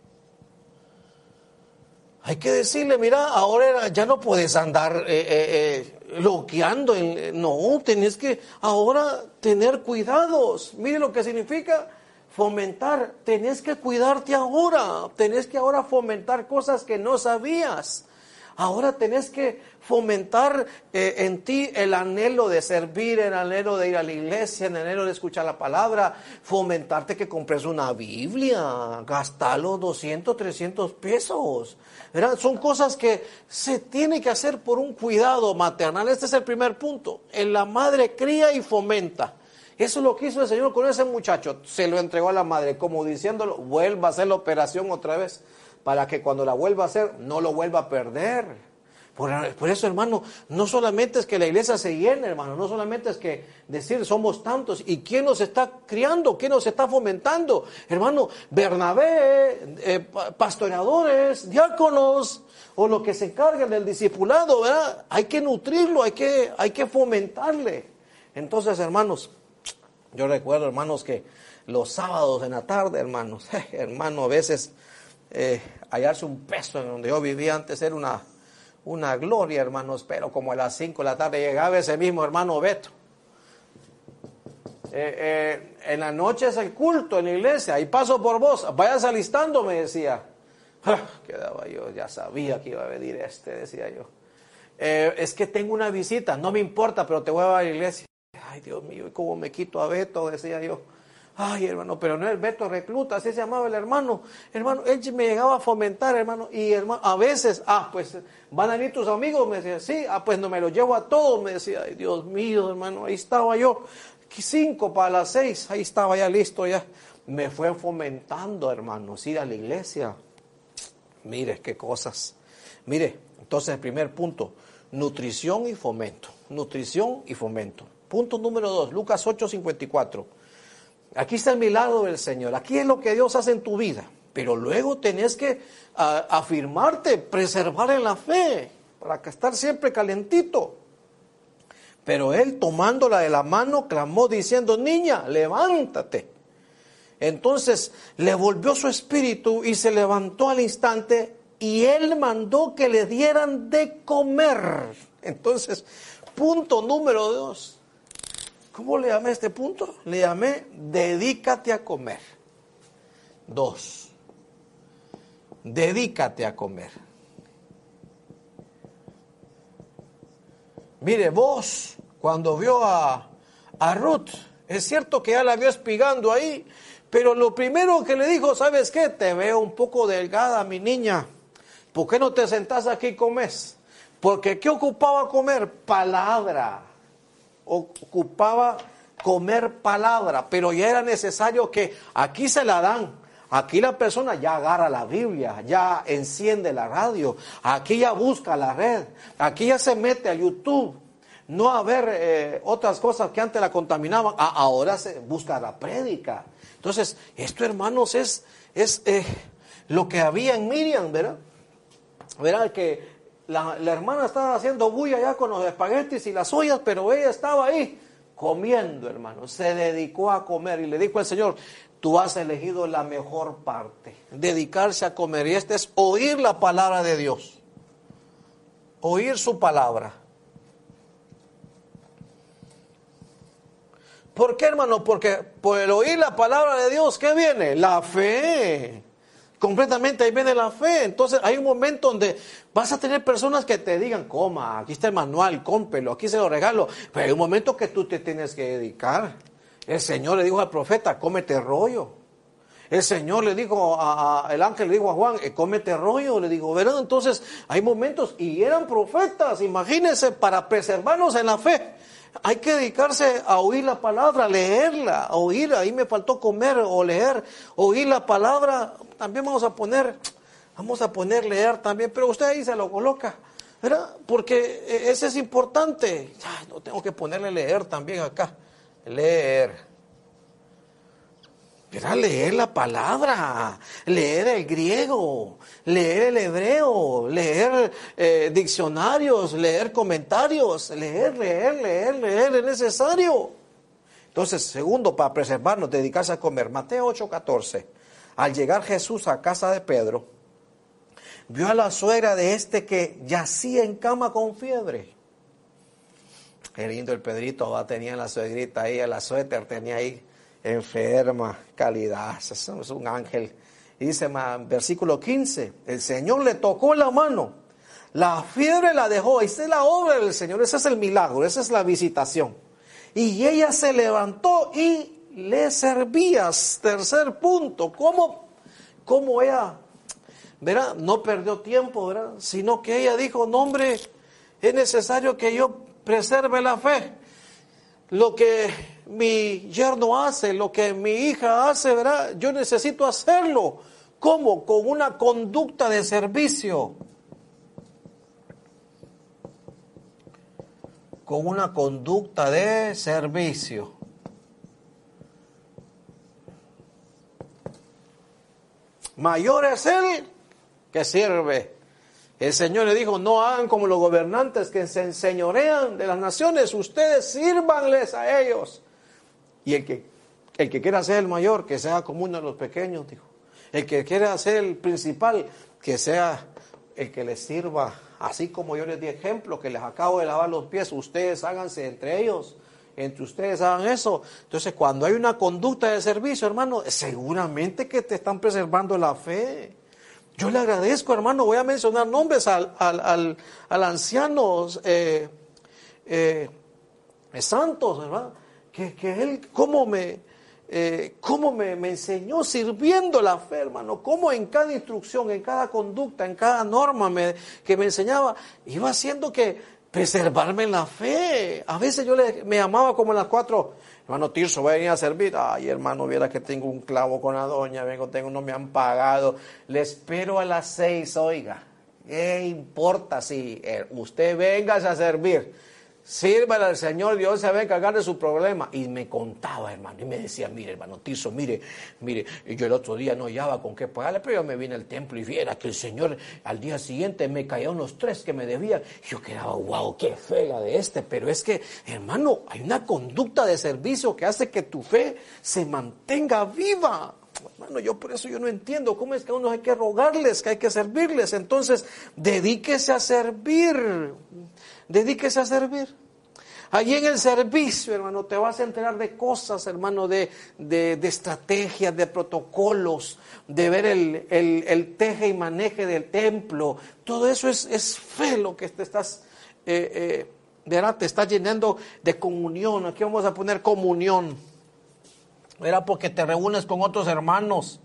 Hay que decirle, mira, ahora ya no puedes andar loqueando, no, tenés que ahora tener cuidados. Mire lo que significa fomentar, tenés que cuidarte ahora, tenés que ahora fomentar cosas que no sabías. Ahora tenés que fomentar en ti el anhelo de servir, el anhelo de ir a la iglesia, el anhelo de escuchar la palabra, fomentarte que compres una Biblia, gastar los 200, 300 pesos. ¿Verdad? Son cosas que se tiene que hacer por un cuidado maternal. Este es el primer punto. En la madre cría y fomenta. Eso es lo que hizo el Señor con ese muchacho. Se lo entregó a la madre, como diciéndolo, vuelva a hacer la operación otra vez, para que cuando la vuelva a hacer, no lo vuelva a perder. Por eso, hermano, no solamente es que la iglesia se llene, hermano, no solamente es que decir somos tantos. ¿Y quién nos está criando? ¿Quién nos está fomentando? Hermano, Bernabé, pastoreadores, diáconos, o los que se encargan del discipulado, ¿verdad? Hay que nutrirlo, hay que fomentarle. Entonces, hermanos, yo recuerdo, hermanos, que los sábados en la tarde, hermanos, hermano, a veces hallarse un peso en donde yo vivía antes era una gloria, hermanos, pero como a las 5 de la tarde llegaba ese mismo hermano Beto. En la noche es el culto en la iglesia, ahí paso por vos, vayas alistando, me decía. Quedaba yo, ya sabía que iba a venir decía yo. Es que tengo una visita, no me importa, pero te voy a llevar a la iglesia. Ay, Dios mío, ¿y cómo me quito a Beto? Decía yo. Ay, hermano, pero no es Beto Recluta, así se llamaba el hermano. Hermano, él me llegaba a fomentar, hermano. Y hermano, a veces, pues, ¿van a venir tus amigos? Me decía, sí, pues no me los llevo a todos. Me decía, ay, Dios mío, hermano, ahí estaba yo. 5 para las 6, ahí estaba ya listo ya. Me fue fomentando, hermanos, ir a la iglesia. Mire, qué cosas. Mire, entonces el primer punto, nutrición y fomento. Nutrición y fomento. Punto número 2, Lucas 8:54. Aquí está el milagro del Señor. Aquí es lo que Dios hace en tu vida. Pero luego tenés que afirmarte, preservar en la fe, para que estar siempre calentito. Pero él, tomándola de la mano, clamó diciendo, niña, levántate. Entonces le volvió su espíritu y se levantó al instante y él mandó que le dieran de comer. Entonces, punto número 2. ¿Cómo le llamé a este punto? Le llamé, dedícate a comer. 2. Dedícate a comer. Mire, vos, cuando vio a Ruth, es cierto que ya la vio espigando ahí, pero lo primero que le dijo, ¿sabes qué? Te veo un poco delgada, mi niña. ¿Por qué no te sentás aquí y comes? Porque ¿qué ocupaba comer? Palabra. Ocupaba comer palabra, pero ya era necesario que aquí se la dan. Aquí la persona ya agarra la Biblia, ya enciende la radio, aquí ya busca la red, aquí ya se mete a YouTube. No a ver otras cosas que antes la contaminaban, ahora se busca la prédica. Entonces, esto, hermanos, es lo que había en Miriam, ¿verdad? Verá que la hermana estaba haciendo bulla ya con los espaguetis y las ollas, pero ella estaba ahí comiendo, hermano. Se dedicó a comer y le dijo al Señor, tú has elegido la mejor parte, dedicarse a comer. Y este es oír la palabra de Dios, oír su palabra. ¿Por qué, hermano? Porque por el oír la palabra de Dios, ¿qué viene? La fe. Completamente ahí viene la fe. Entonces hay un momento donde vas a tener personas que te digan, coma, aquí está el manual, cómprelo, aquí se lo regalo. Pero hay un momento que tú te tienes que dedicar. El Señor le dijo al profeta, cómete rollo. El Señor le dijo, el ángel le dijo a Juan, cómete rollo, le digo, ¿verdad? Entonces hay momentos, y eran profetas, imagínense, para preservarnos en la fe. Hay que dedicarse a oír la palabra, a leerla, a oír. Ahí me faltó comer o leer, oír la palabra. También vamos a poner leer también, pero usted ahí se lo coloca, ¿verdad? Porque ese es importante. No tengo que ponerle leer también acá. Leer. Era leer la palabra, leer el griego, leer el hebreo, leer diccionarios, leer comentarios, leer, es necesario. Entonces, segundo, para preservarnos, dedicarse a comer. Mateo 8:14. Al llegar Jesús a casa de Pedro, vio a la suegra de este que yacía en cama con fiebre. Qué lindo el Pedrito, tenía la suegrita ahí, la suéter tenía ahí. Enferma, calidad, es un ángel. Y dice, versículo 15, el Señor le tocó la mano, La fiebre la dejó. Esa es la obra del Señor, ese es el milagro, esa es la visitación. Y ella se levantó y le servías. Tercer punto, ¿cómo ella, ¿verdad? No perdió tiempo, ¿verdad? Sino que ella dijo, no hombre, es necesario que yo preserve la fe. Lo que mi yerno hace, lo que mi hija hace, ¿verdad? Yo necesito hacerlo. ¿Cómo? Con una conducta de servicio. Con una conducta de servicio. Mayor es él que sirve. El Señor le dijo, no hagan como los gobernantes que se enseñorean de las naciones, ustedes sírvanles a ellos. Y el que quiera ser el mayor, que sea como uno de los pequeños, dijo. El que quiera ser el principal, que sea el que les sirva. Así como yo les di ejemplo, que les acabo de lavar los pies, ustedes háganse entre ellos. Entre ustedes hagan eso. Entonces, cuando hay una conducta de servicio, hermano, seguramente que te están preservando la fe. Yo le agradezco, hermano, voy a mencionar nombres al anciano Santos, ¿verdad? Que él, cómo me enseñó sirviendo la fe, hermano, cómo en cada instrucción, en cada conducta, en cada norma que me enseñaba, iba haciendo que preservarme en la fe. A veces yo me llamaba como a las 4, hermano Tirso, voy a venir a servir. Ay, hermano, viera que tengo un clavo con la doña, no me han pagado. Le espero a las 6, oiga. ¿Qué importa si usted venga a servir? Sírvale al Señor, Dios se va a encargar de su problema. Y me contaba, hermano, y me decía, mire, hermano Tirso, mire, yo el otro día no hallaba con qué pagarle, pero yo me vine al templo y viera que el Señor al día siguiente me caían los 3 que me debía. Yo quedaba, wow, qué fea de pero es que, hermano, hay una conducta de servicio que hace que tu fe se mantenga viva. Hermano, por eso yo no entiendo cómo es que a uno hay que rogarles, que hay que servirles. Entonces, dedíquese a servir. Dedíquese a servir. Allí en el servicio, hermano, te vas a enterar de cosas, hermano, de estrategias, de protocolos, de ver el teje y maneje del templo. Todo eso es fe lo que te estás, ¿verdad? Te está llenando de comunión. Aquí vamos a poner comunión. Era porque te reúnes con otros hermanos.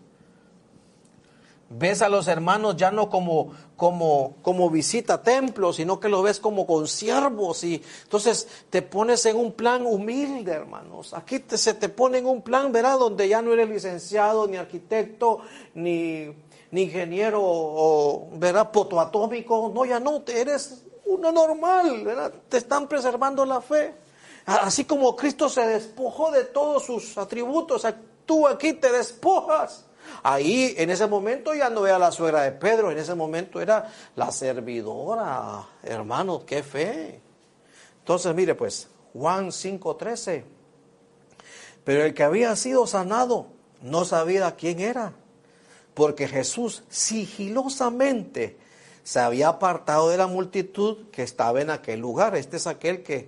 Ves a los hermanos ya no como visita templos, sino que lo ves como consiervos. Y entonces te pones en un plan humilde, hermanos. Aquí se te pone en un plan, ¿verdad? Donde ya no eres licenciado, ni arquitecto, ni ingeniero, o, ¿verdad? Potoatómico. No, ya no, eres uno normal, ¿verdad? Te están preservando la fe. Así como Cristo se despojó de todos sus atributos, tú aquí te despojas. Ahí, en ese momento, ya no era la suegra de Pedro, en ese momento era la servidora. Hermano, qué fe. Entonces, mire pues, Juan 5:13. Pero el que había sido sanado no sabía quién era, porque Jesús sigilosamente se había apartado de la multitud que estaba en aquel lugar. Este es aquel que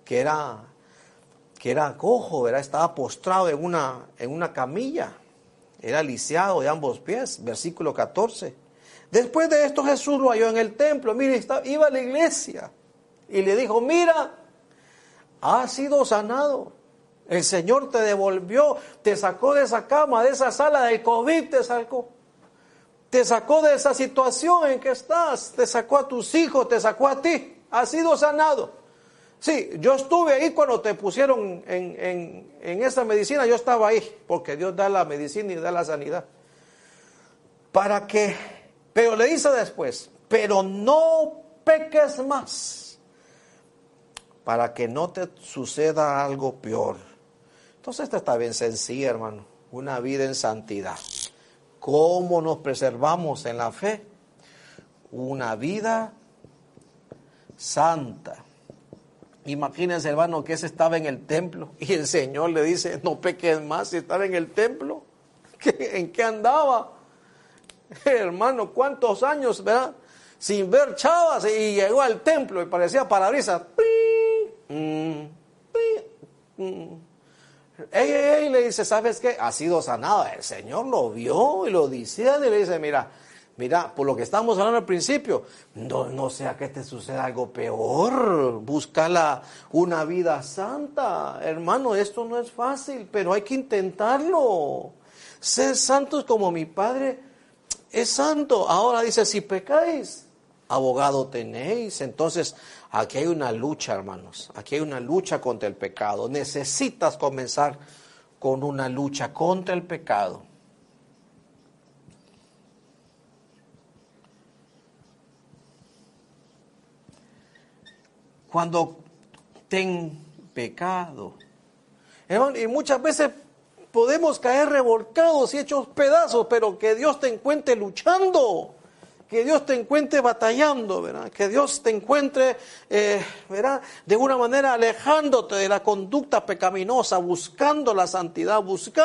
era cojo, ¿verdad? Estaba postrado en una camilla. Era lisiado de ambos pies, versículo 14. Después de esto Jesús lo halló en el templo. Mire, iba a la iglesia y le dijo, mira, has sido sanado. El Señor te devolvió, te sacó de esa cama, de esa sala del COVID, te sacó de esa situación en que estás, te sacó a tus hijos, te sacó a ti, has sido sanado. Sí, yo estuve ahí cuando te pusieron en esa medicina, yo estaba ahí, porque Dios da la medicina y da la sanidad. Pero le dice después, pero no peques más, para que no te suceda algo peor. Entonces esta está bien sencilla, hermano, una vida en santidad. ¿Cómo nos preservamos en la fe? Una vida santa. Imagínense, hermano, que ese estaba en el templo y el Señor le dice, no peques más. Si estaba en el templo, ¿en qué andaba? Hermano, ¿cuántos años, verdad? Sin ver chavas, y llegó al templo y parecía parabrisas. Le dice, ¿sabes qué? Ha sido sanado. El Señor lo vio y lo dice y le dice, mira, Mira, por lo que estábamos hablando al principio, no sea que te suceda algo peor. Busca una vida santa. Hermano, esto no es fácil, pero hay que intentarlo. Ser santos como mi Padre es santo. Ahora dice, si pecáis, abogado tenéis. Entonces, aquí hay una lucha, hermanos. Aquí hay una lucha contra el pecado. Necesitas comenzar con una lucha contra el pecado. Cuando ten pecado. Hermano, y muchas veces podemos caer revolcados y hechos pedazos, pero que Dios te encuentre luchando, que Dios te encuentre batallando, ¿verdad? Que Dios te encuentre, ¿verdad? De una manera alejándote de la conducta pecaminosa, buscando la santidad.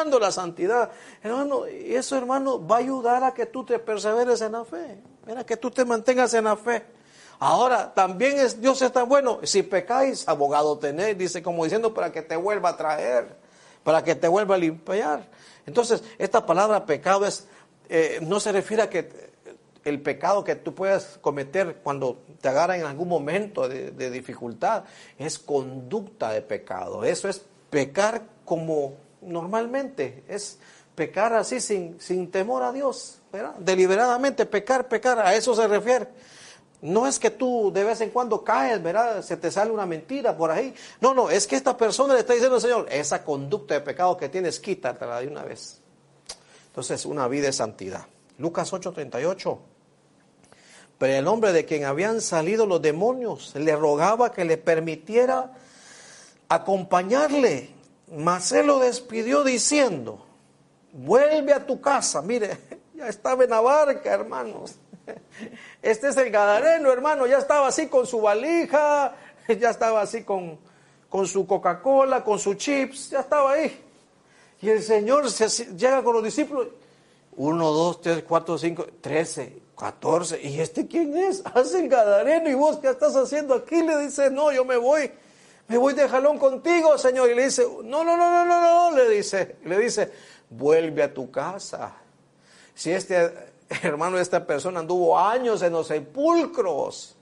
Hermano, y eso, hermano, va a ayudar a que tú te perseveres en la fe, ¿verdad? Que tú te mantengas en la fe. Ahora, también Dios es tan bueno. Si pecáis, abogado tenéis, dice, como diciendo, para que te vuelva a traer, para que te vuelva a limpiar. Entonces, esta palabra pecado no se refiere a que el pecado que tú puedas cometer cuando te agarra en algún momento de dificultad, es conducta de pecado. Eso es pecar como normalmente, es pecar así sin temor a Dios, ¿verdad? Deliberadamente pecar, a eso se refiere. No es que tú de vez en cuando caes, ¿verdad? Se te sale una mentira por ahí. No, es que esta persona le está diciendo al Señor, esa conducta de pecado que tienes, quítatela de una vez. Entonces, una vida de santidad. Lucas 8:38. Pero el hombre de quien habían salido los demonios le rogaba que le permitiera acompañarle. Mas él lo despidió diciendo, vuelve a tu casa. Mire, ya estaba en la barca, hermanos. Este es el gadareno, hermano, ya estaba así con su valija, ya estaba así con su Coca-Cola, con sus chips, ya estaba ahí. Y el Señor llega con los discípulos, 1, 2, 3, 4, 5, 13, 14, ¿y este quién es? Hace el gadareno, ¿y vos qué estás haciendo aquí? Le dice, no, yo me voy de jalón contigo, Señor. Y le dice, no, le dice, vuelve a tu casa. Si hermano, esta persona anduvo años en los sepulcros.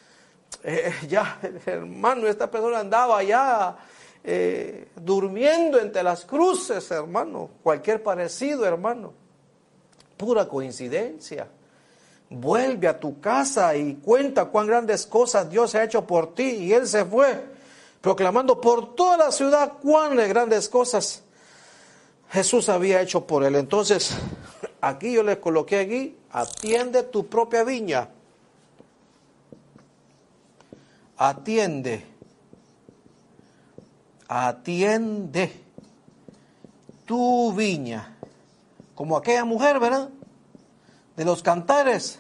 Hermano, esta persona andaba ya durmiendo entre las cruces, hermano. Cualquier parecido, hermano. Pura coincidencia. Vuelve a tu casa y cuenta cuán grandes cosas Dios ha hecho por ti. Y él se fue, proclamando por toda la ciudad cuán grandes cosas Jesús había hecho por él. Entonces, aquí yo le coloqué aquí, atiende tu propia viña. Atiende tu viña. Como aquella mujer, ¿verdad? De los cantares.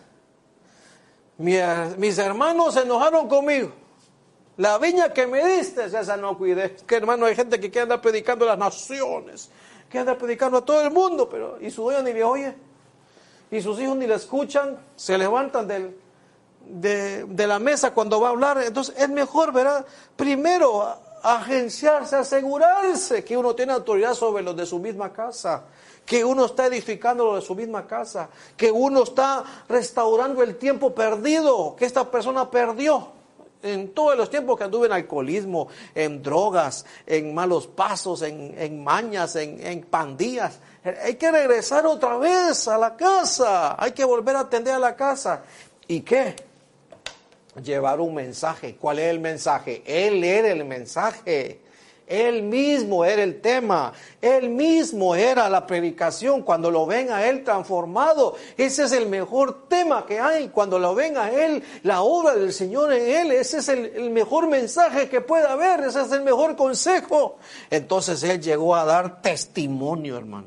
Mis hermanos se enojaron conmigo. La viña que me diste, esa no cuidé. Es que, hermano, hay gente que quiere andar predicando a las naciones, que anda predicando a todo el mundo, y su dueño ni le oye, y sus hijos ni le escuchan, se levantan de la mesa cuando va a hablar. Entonces es mejor, ¿verdad? Primero agenciarse, asegurarse que uno tiene autoridad sobre los de su misma casa, que uno está edificando lo de su misma casa, que uno está restaurando el tiempo perdido, que esta persona perdió. En todos los tiempos que anduve en alcoholismo, en drogas, en malos pasos, en mañas, en pandillas. Hay que regresar otra vez a la casa. Hay que volver a atender a la casa. ¿Y qué? Llevar un mensaje. ¿Cuál es el mensaje? Él era el mensaje. Él mismo era el tema, Él mismo era la predicación. Cuando lo ven a Él transformado, ese es el mejor tema que hay. Cuando lo ven a Él, la obra del Señor en Él, ese es el mejor mensaje que puede haber, ese es el mejor consejo. Entonces Él llegó a dar testimonio, hermano.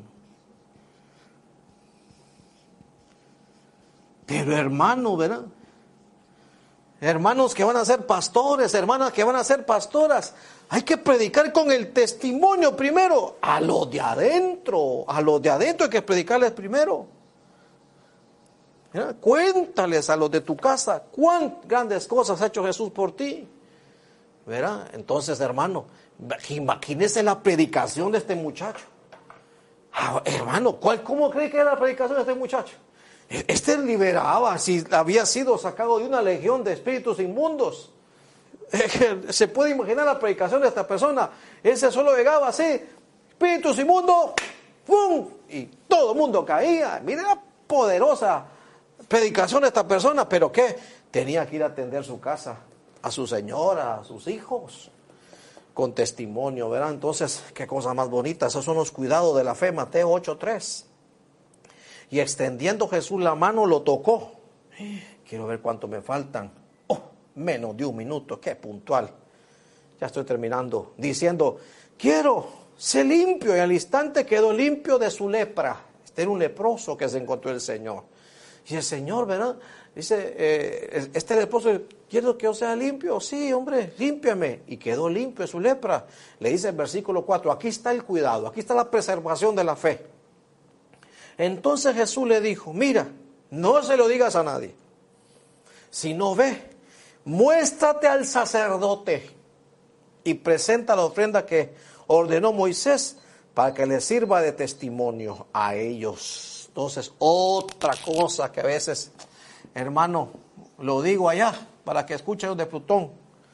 Pero hermano, ¿verdad? Hermanos que van a ser pastores, hermanas que van a ser pastoras, hay que predicar con el testimonio primero. A los de adentro hay que predicarles primero. ¿Verdad? Cuéntales a los de tu casa cuán grandes cosas ha hecho Jesús por ti. ¿Verdad? Entonces, hermano, imagínese la predicación de este muchacho. Hermano, ¿cómo cree que era la predicación de este muchacho? Este liberaba, si había sido sacado de una legión de espíritus inmundos. Se puede imaginar la predicación de esta persona. Ese solo llegaba así, espíritus inmundos, ¡pum! Y todo el mundo caía. Mira la poderosa predicación de esta persona. ¿Pero qué? Tenía que ir a atender su casa, a su señora, a sus hijos, con testimonio, ¿verdad? Entonces, qué cosa más bonita. Esos son los cuidados de la fe, Mateo 8:3. Y extendiendo Jesús la mano, lo tocó. Quiero ver cuánto me faltan. Menos de un minuto, qué puntual. Ya estoy terminando. Diciendo, quiero ser limpio. Y al instante quedó limpio de su lepra. Este era un leproso que se encontró el Señor. Y el Señor, ¿verdad? Dice, este leproso, ¿quiero que yo sea limpio? Sí, hombre, límpiame. Y quedó limpio de su lepra. Le dice el versículo 4, aquí está el cuidado, aquí está la preservación de la fe. Entonces Jesús le dijo, mira, no se lo digas a nadie. Si no ve, muéstrate al sacerdote y presenta la ofrenda que ordenó Moisés para que le sirva de testimonio a ellos. Entonces, otra cosa que a veces, hermano, lo digo allá para que escuchen los de Plutón.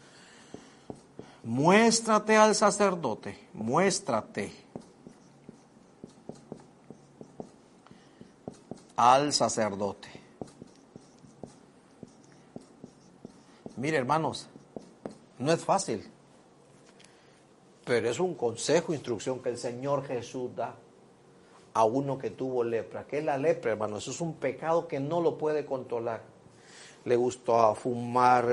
Muéstrate al sacerdote, muéstrate al sacerdote. Mire, hermanos, no es fácil, pero es un consejo, instrucción que el Señor Jesús da a uno que tuvo lepra. ¿Qué es la lepra, hermano? Eso es un pecado que no lo puede controlar. Le gustó fumar,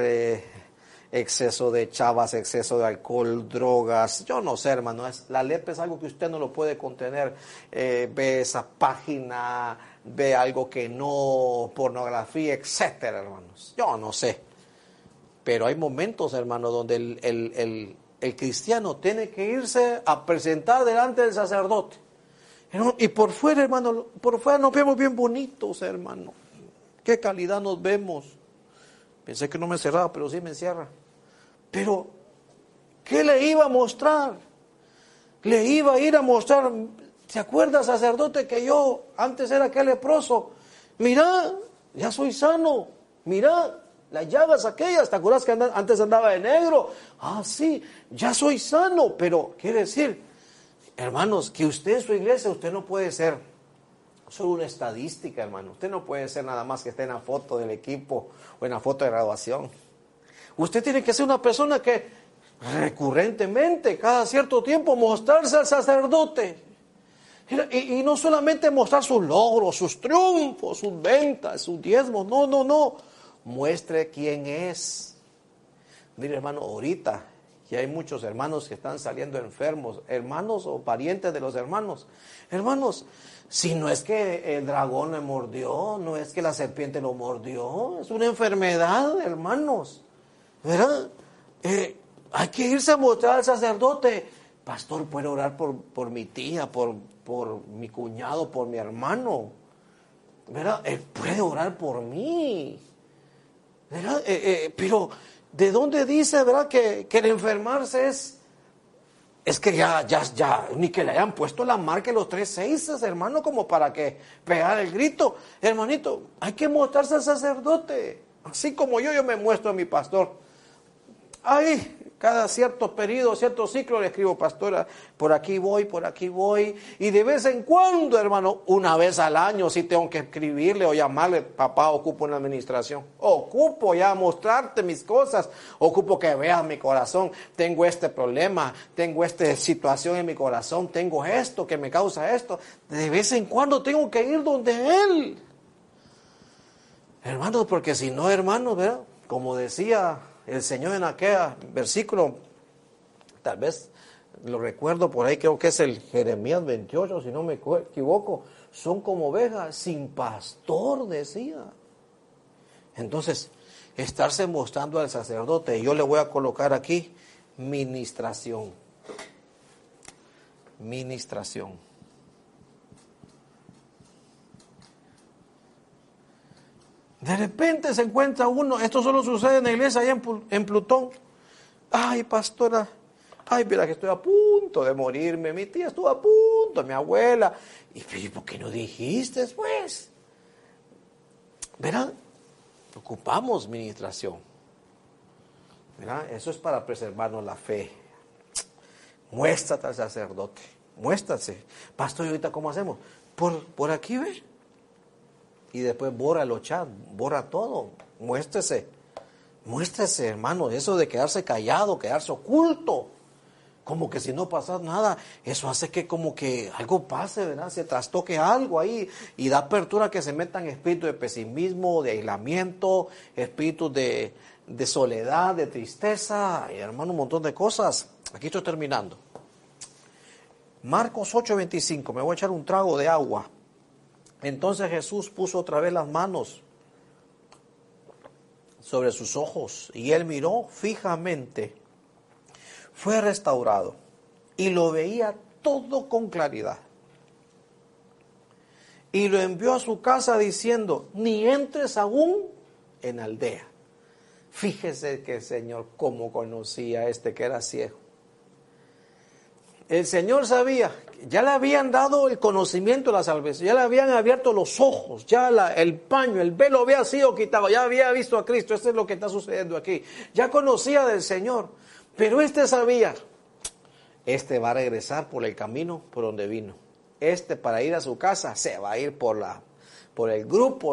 exceso de chavas, exceso de alcohol, drogas. Yo no sé, hermano. La lepra es algo que usted no lo puede contener. Ve esa página, ve algo que no, pornografía, etcétera, hermanos. Yo no sé. Pero hay momentos, hermano, donde el cristiano tiene que irse a presentar delante del sacerdote. Y por fuera, hermano, por fuera nos vemos bien bonitos, hermano. Qué calidad nos vemos. Pensé que no me cerraba, pero sí me encierra. Pero, ¿qué le iba a mostrar? Le iba a ir a mostrar, ¿se acuerda, sacerdote, que yo antes era aquel leproso? Mira, ya soy sano. Mira, las llagas aquellas, ¿te acuerdas que antes andaba de negro? Ah, sí, ya soy sano. Pero, quiere decir, hermanos, que usted en su iglesia, usted no puede ser solo una estadística, hermano. Usted no puede ser nada más que esté en la foto del equipo o en la foto de graduación. Usted tiene que ser una persona que recurrentemente, cada cierto tiempo, mostrarse al sacerdote. Y no solamente mostrar sus logros, sus triunfos, sus ventas, sus diezmos. No. Muestre quién es. Mire, hermano, ahorita y hay muchos hermanos que están saliendo enfermos, hermanos o parientes de los hermanos. Hermanos, si no es que el dragón le mordió, no es que la serpiente lo mordió, es una enfermedad, hermanos, ¿verdad? Hay que irse a mostrar al sacerdote. Pastor, ¿puede orar por mi tía, por mi cuñado, por mi hermano? ¿Verdad? Puede orar por mí, ¿verdad? Pero ¿de dónde dice, verdad, que el enfermarse es que ya, ni que le hayan puesto la marca de los 3 6, hermano, como para que pegar el grito? Hermanito, hay que mostrarse al sacerdote, así como yo me muestro a mi pastor. Ahí, cada cierto periodo, cierto ciclo le escribo, pastora, por aquí voy, y de vez en cuando, hermano, una vez al año sí tengo que escribirle o llamarle, papá, ocupo una administración, ocupo ya mostrarte mis cosas, ocupo que veas mi corazón, tengo este problema, tengo esta situación en mi corazón, tengo esto que me causa esto, de vez en cuando tengo que ir donde él, hermanos, porque si no, hermanos, ¿verdad? Como decía el Señor en aquel versículo, tal vez lo recuerdo por ahí, creo que es el Jeremías 28, si no me equivoco, son como ovejas sin pastor, decía. Entonces, estarse mostrando al sacerdote, y yo le voy a colocar aquí, ministración. De repente se encuentra uno, esto solo sucede en la iglesia allá en Plutón. Ay, pastora, ay, mira que estoy a punto de morirme, mi tía estuvo a punto, mi abuela. ¿Y por qué no dijiste, pues? Verán, ocupamos ministración. Verán, eso es para preservarnos la fe. Muéstrate al sacerdote, muéstrate. Pastor, ¿y ahorita cómo hacemos? Por aquí, ve. Y después borra el chat, borra todo. Muéstrese, hermano. Eso de quedarse callado, quedarse oculto, como que si no pasa nada, eso hace que como que algo pase, ¿verdad? Se trastoque algo ahí y da apertura a que se metan espíritus de pesimismo, de aislamiento, espíritus de soledad, de tristeza, y hermano, un montón de cosas. Aquí estoy terminando. Marcos 8:25, me voy a echar un trago de agua. Entonces Jesús puso otra vez las manos sobre sus ojos y él miró fijamente. Fue restaurado y lo veía todo con claridad. Y lo envió a su casa diciendo, ni entres aún en aldea. Fíjese que el Señor cómo conocía a este que era ciego. El Señor sabía, ya le habían dado el conocimiento de la salvación, ya le habían abierto los ojos, ya el paño, el velo había sido quitado, ya había visto a Cristo. Esto es lo que está sucediendo aquí. Ya conocía del Señor, pero este sabía, este va a regresar por el camino por donde vino. Este para ir a su casa se va a ir por el grupo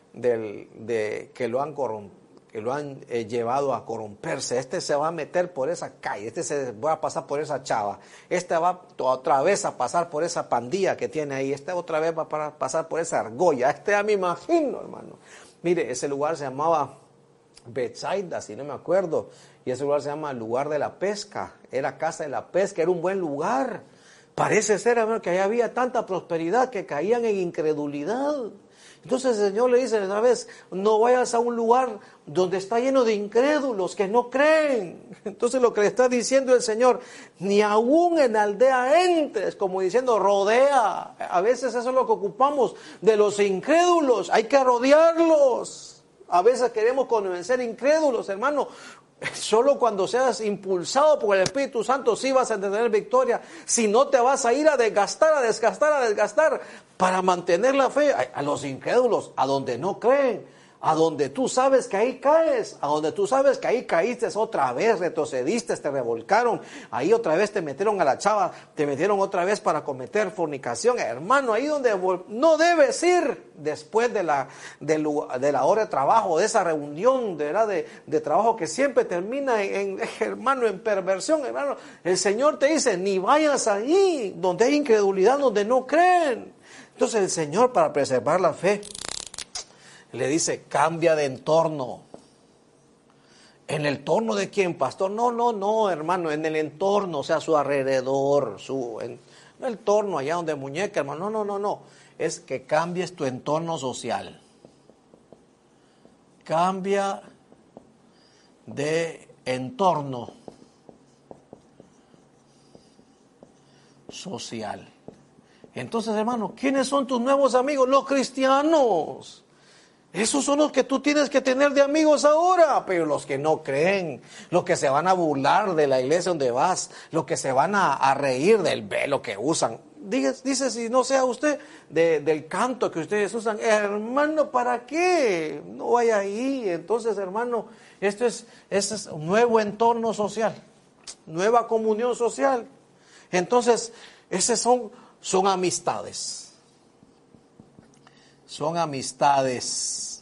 que lo han corrompido, que lo han llevado a corromperse. Este se va a meter por esa calle, este se va a pasar por esa chava, este va otra vez a pasar por esa pandilla que tiene ahí, este otra vez va a pasar por esa argolla. Ya me imagino, hermano. Mire, ese lugar se llamaba Betsaida, si no me acuerdo, y ese lugar se llama lugar de la pesca, era casa de la pesca, era un buen lugar. Parece ser, hermano, que ahí había tanta prosperidad que caían en incredulidad. Entonces el Señor le dice una vez, no vayas a un lugar donde está lleno de incrédulos que no creen. Entonces lo que le está diciendo el Señor, ni aún en aldea entres, como diciendo rodea. A veces eso es lo que ocupamos de los incrédulos, hay que rodearlos. A veces queremos convencer incrédulos, hermano. Solo cuando seas impulsado por el Espíritu Santo sí vas a tener victoria. Si no, te vas a ir a desgastar para mantener la fe. A los incrédulos, a donde no creen, a donde tú sabes que ahí caes, a donde tú sabes que ahí caíste otra vez, retrocediste, te revolcaron, ahí otra vez te metieron a la chava, te metieron otra vez para cometer fornicación. Hermano, ahí donde no debes ir después de la hora de trabajo, de esa reunión de trabajo que siempre termina hermano, en perversión. Hermano, el Señor te dice, ni vayas ahí donde hay incredulidad, donde no creen. Entonces el Señor, para preservar la fe, le dice, cambia de entorno. ¿En el entorno de quién, pastor? No, hermano, en el entorno, o sea, su alrededor, no el entorno allá donde muñeca, hermano, no. Es que cambies tu entorno social. Cambia de entorno social. Entonces, hermano, ¿quiénes son tus nuevos amigos? Los cristianos. Esos son los que tú tienes que tener de amigos ahora, pero los que no creen, los que se van a burlar de la iglesia donde vas, los que se van a reír del velo que usan. Dice, si no sea usted, del canto que ustedes usan, hermano, ¿para qué? No vaya ahí. Entonces, hermano, este es un nuevo entorno social, nueva comunión social. Entonces, esos son amistades. Son amistades.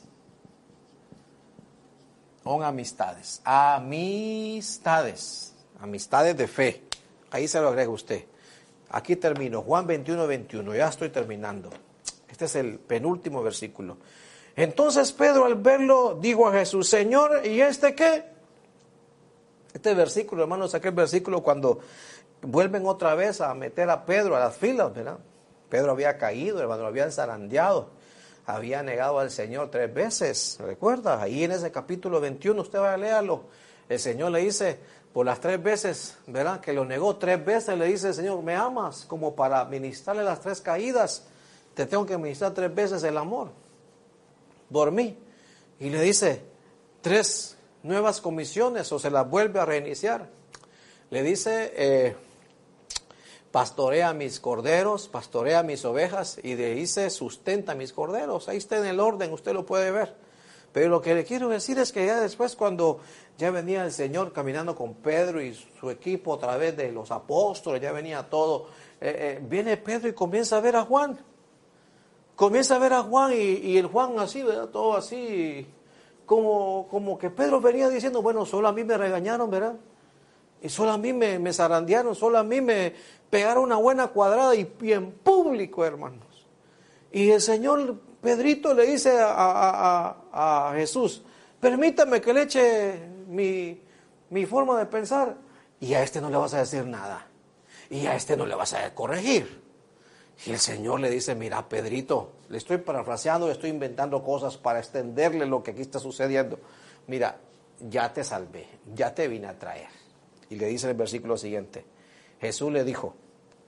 Amistades de fe. Ahí se lo agrega usted. Aquí termino. Juan 21:21. Ya estoy terminando. Este es el penúltimo versículo. Entonces Pedro, al verlo, dijo a Jesús, Señor, ¿y este qué? Este versículo, hermanos, aquel versículo cuando vuelven otra vez a meter a Pedro a las filas, ¿verdad? Pedro había caído, hermano, lo habían zarandeado. Había negado al Señor 3 veces, ¿recuerda? Ahí en ese capítulo 21, usted va a leerlo. El Señor le dice, por las 3 veces, ¿verdad? Que lo negó 3 veces, le dice el Señor, ¿me amas? Como para ministrarle las 3 caídas, te tengo que ministrar 3 veces el amor por mí. Y le dice 3 nuevas comisiones o se las vuelve a reiniciar. Le dice, pastorea mis corderos, pastorea mis ovejas y dice sustenta mis corderos. Ahí está en el orden, usted lo puede ver. Pero lo que le quiero decir es que ya después, cuando ya venía el Señor caminando con Pedro y su equipo a través de los apóstoles, ya venía todo, viene Pedro y comienza a ver a Juan. Comienza a ver a Juan y el Juan así, ¿verdad? Todo así, como que Pedro venía diciendo, bueno, solo a mí me regañaron, ¿verdad? Y solo a mí me zarandearon, solo a mí me pegaron una buena cuadrada y en público, hermanos. Y el Señor Pedrito le dice a Jesús, permítame que le eche mi forma de pensar. Y a este no le vas a decir nada. Y a este no le vas a corregir. Y el Señor le dice, mira, Pedrito, le estoy parafraseando, le estoy inventando cosas para extenderle lo que aquí está sucediendo. Mira, ya te salvé, ya te vine a traer. Y le dice en el versículo siguiente, Jesús le dijo,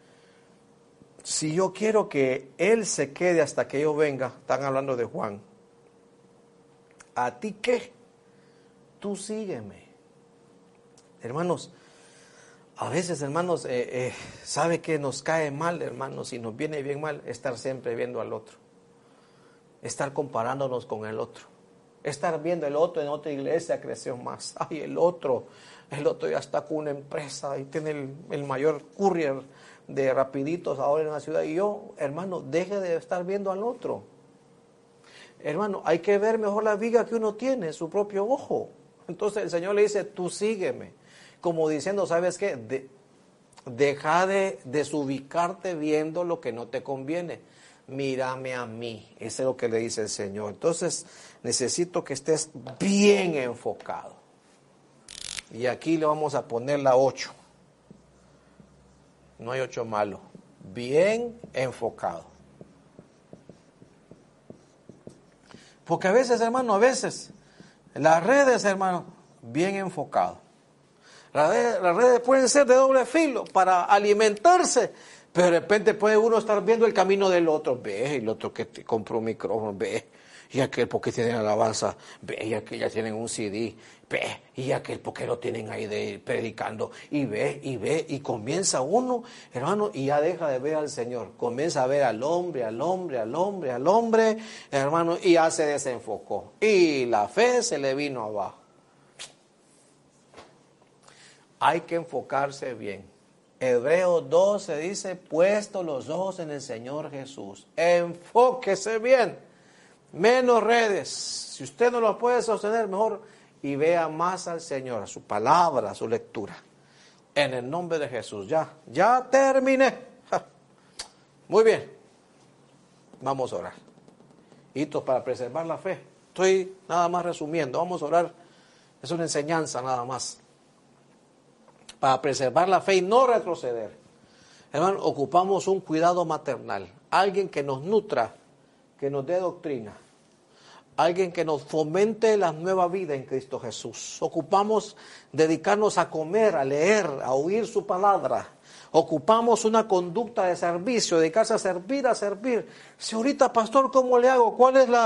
si yo quiero que Él se quede hasta que yo venga, están hablando de Juan, ¿a ti qué? Tú sígueme. Hermanos, a veces, hermanos, sabe que nos cae mal, hermanos, y nos viene bien mal estar siempre viendo al otro, estar comparándonos con el otro, estar viendo el otro en otra iglesia creció más. Ay, el otro ya está con una empresa y tiene el mayor courier de rapiditos ahora en la ciudad. Y yo, hermano, deje de estar viendo al otro. Hermano, hay que ver mejor la viga que uno tiene en su propio ojo. Entonces el Señor le dice, tú sígueme. Como diciendo, ¿sabes qué? Deja de desubicarte viendo lo que no te conviene. Mírame a mí. Eso es lo que le dice el Señor. Entonces necesito que estés bien enfocado. Y aquí le vamos a poner la 8. No hay 8 malo. Bien enfocado. Porque a veces, hermano, las redes, hermano, bien enfocado. Las redes pueden ser de doble filo para alimentarse, pero de repente puede uno estar viendo el camino del otro. Ve, el otro que te compró un micrófono, ve, y aquel porque tiene alabanza, ve, y aquel ya tienen un CD, ve, y aquel porque lo tienen ahí predicando, y ve, y comienza uno, hermano, y ya deja de ver al Señor, comienza a ver al hombre, hermano, y ya se desenfocó, y la fe se le vino abajo. Hay que enfocarse bien. Hebreos 12 dice, puesto los ojos en el Señor Jesús. Enfóquese bien. Menos redes. Si usted no lo puede sostener, mejor y vea más al Señor, a su palabra, a su lectura. En el nombre de Jesús. Ya terminé. Muy bien. Vamos a orar. Hitos para preservar la fe. Estoy nada más resumiendo. Vamos a orar. Es una enseñanza nada más. Para preservar la fe y no retroceder. Hermano, ocupamos un cuidado maternal. Alguien que nos nutra, que nos dé doctrina. Alguien que nos fomente la nueva vida en Cristo Jesús. Ocupamos dedicarnos a comer, a leer, a oír su palabra. Ocupamos una conducta de servicio, dedicarse a servir. Señorita pastor, ¿cómo le hago? ¿Cuál es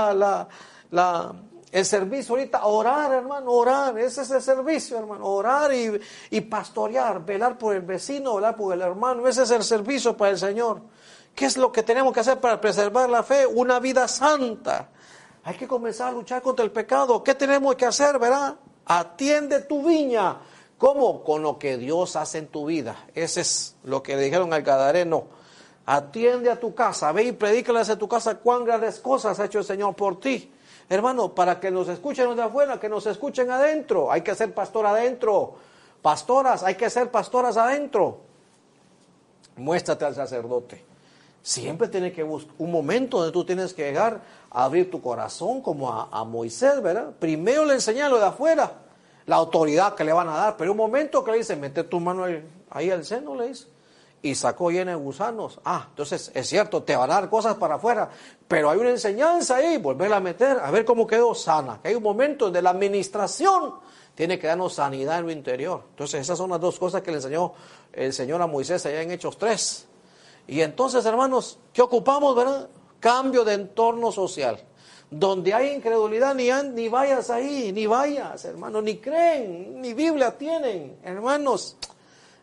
el servicio ahorita? Orar, hermano, orar. Ese es el servicio, hermano. Orar y pastorear, velar por el vecino, velar por el hermano. Ese es el servicio para el Señor. ¿Qué es lo que tenemos que hacer para preservar la fe? Una vida santa. Hay que comenzar a luchar contra el pecado. ¿Qué tenemos que hacer, verdad? Atiende tu viña. ¿Cómo? Con lo que Dios hace en tu vida. Ese es lo que le dijeron al gadareno. Atiende a tu casa. Ve y predícales a tu casa cuán grandes cosas ha hecho el Señor por ti. Hermano, para que nos escuchen los de afuera, que nos escuchen adentro. Hay que ser pastor adentro. Pastoras, hay que ser pastoras adentro. Muéstrate al sacerdote. Siempre tiene que buscar un momento donde tú tienes que llegar a abrir tu corazón como a Moisés, ¿verdad? Primero le enseñan lo de afuera, la autoridad que le van a dar, pero un momento que le dice, mete tu mano ahí al seno, le dice, y sacó lleno de gusanos. Entonces es cierto, te van a dar cosas para afuera, pero hay una enseñanza ahí, volverla a meter, a ver cómo quedó sana. Hay un momento donde la administración tiene que darnos sanidad en lo interior. Entonces esas son las dos cosas que le enseñó el Señor a Moisés allá en Hechos 3. Y entonces, hermanos, ¿qué ocupamos, verdad? Cambio de entorno social. Donde hay incredulidad, ni vayas ahí, ni vayas, hermanos, ni creen, ni Biblia tienen, hermanos.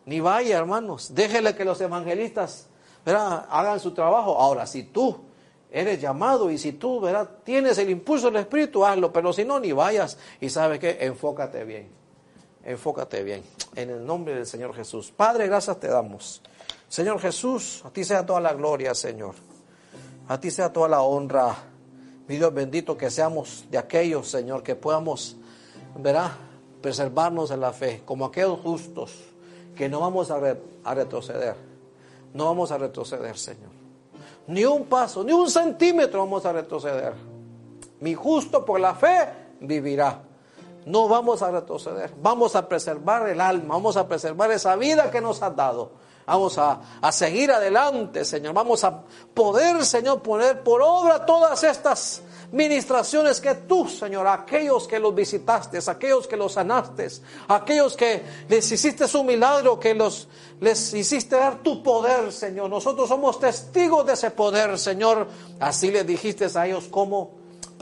Ni vaya, hermanos. Déjele que los evangelistas, ¿verdad?, hagan su trabajo. Ahora, si tú eres llamado y si tú, ¿verdad?, tienes el impulso del Espíritu, hazlo. Pero si no, ni vayas. Y ¿sabe qué? Enfócate bien. Enfócate bien. En el nombre del Señor Jesús. Padre, gracias te damos. Señor Jesús, a ti sea toda la gloria, Señor. A ti sea toda la honra. Mi Dios bendito, que seamos de aquellos, Señor, que podamos, ¿verdad?, preservarnos en la fe, como aquellos justos, que no vamos a retroceder. No vamos a retroceder, Señor. Ni un paso, ni un centímetro vamos a retroceder. Mi justo por la fe vivirá. No vamos a retroceder. Vamos a preservar el alma. Vamos a preservar esa vida que nos has dado. Vamos a seguir adelante, Señor. Vamos a poder, Señor, poner por obra todas estas ministraciones que tú, Señor, aquellos que los visitaste, aquellos que los sanaste, aquellos que les hiciste un milagro, que les hiciste dar tu poder, Señor. Nosotros somos testigos de ese poder, Señor. Así les dijiste a ellos cómo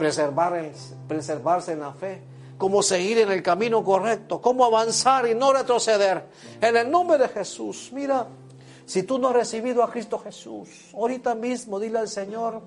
preservarse en la fe, cómo seguir en el camino correcto, cómo avanzar y no retroceder. En el nombre de Jesús, mira, si tú no has recibido a Cristo Jesús, ahorita mismo dile al Señor: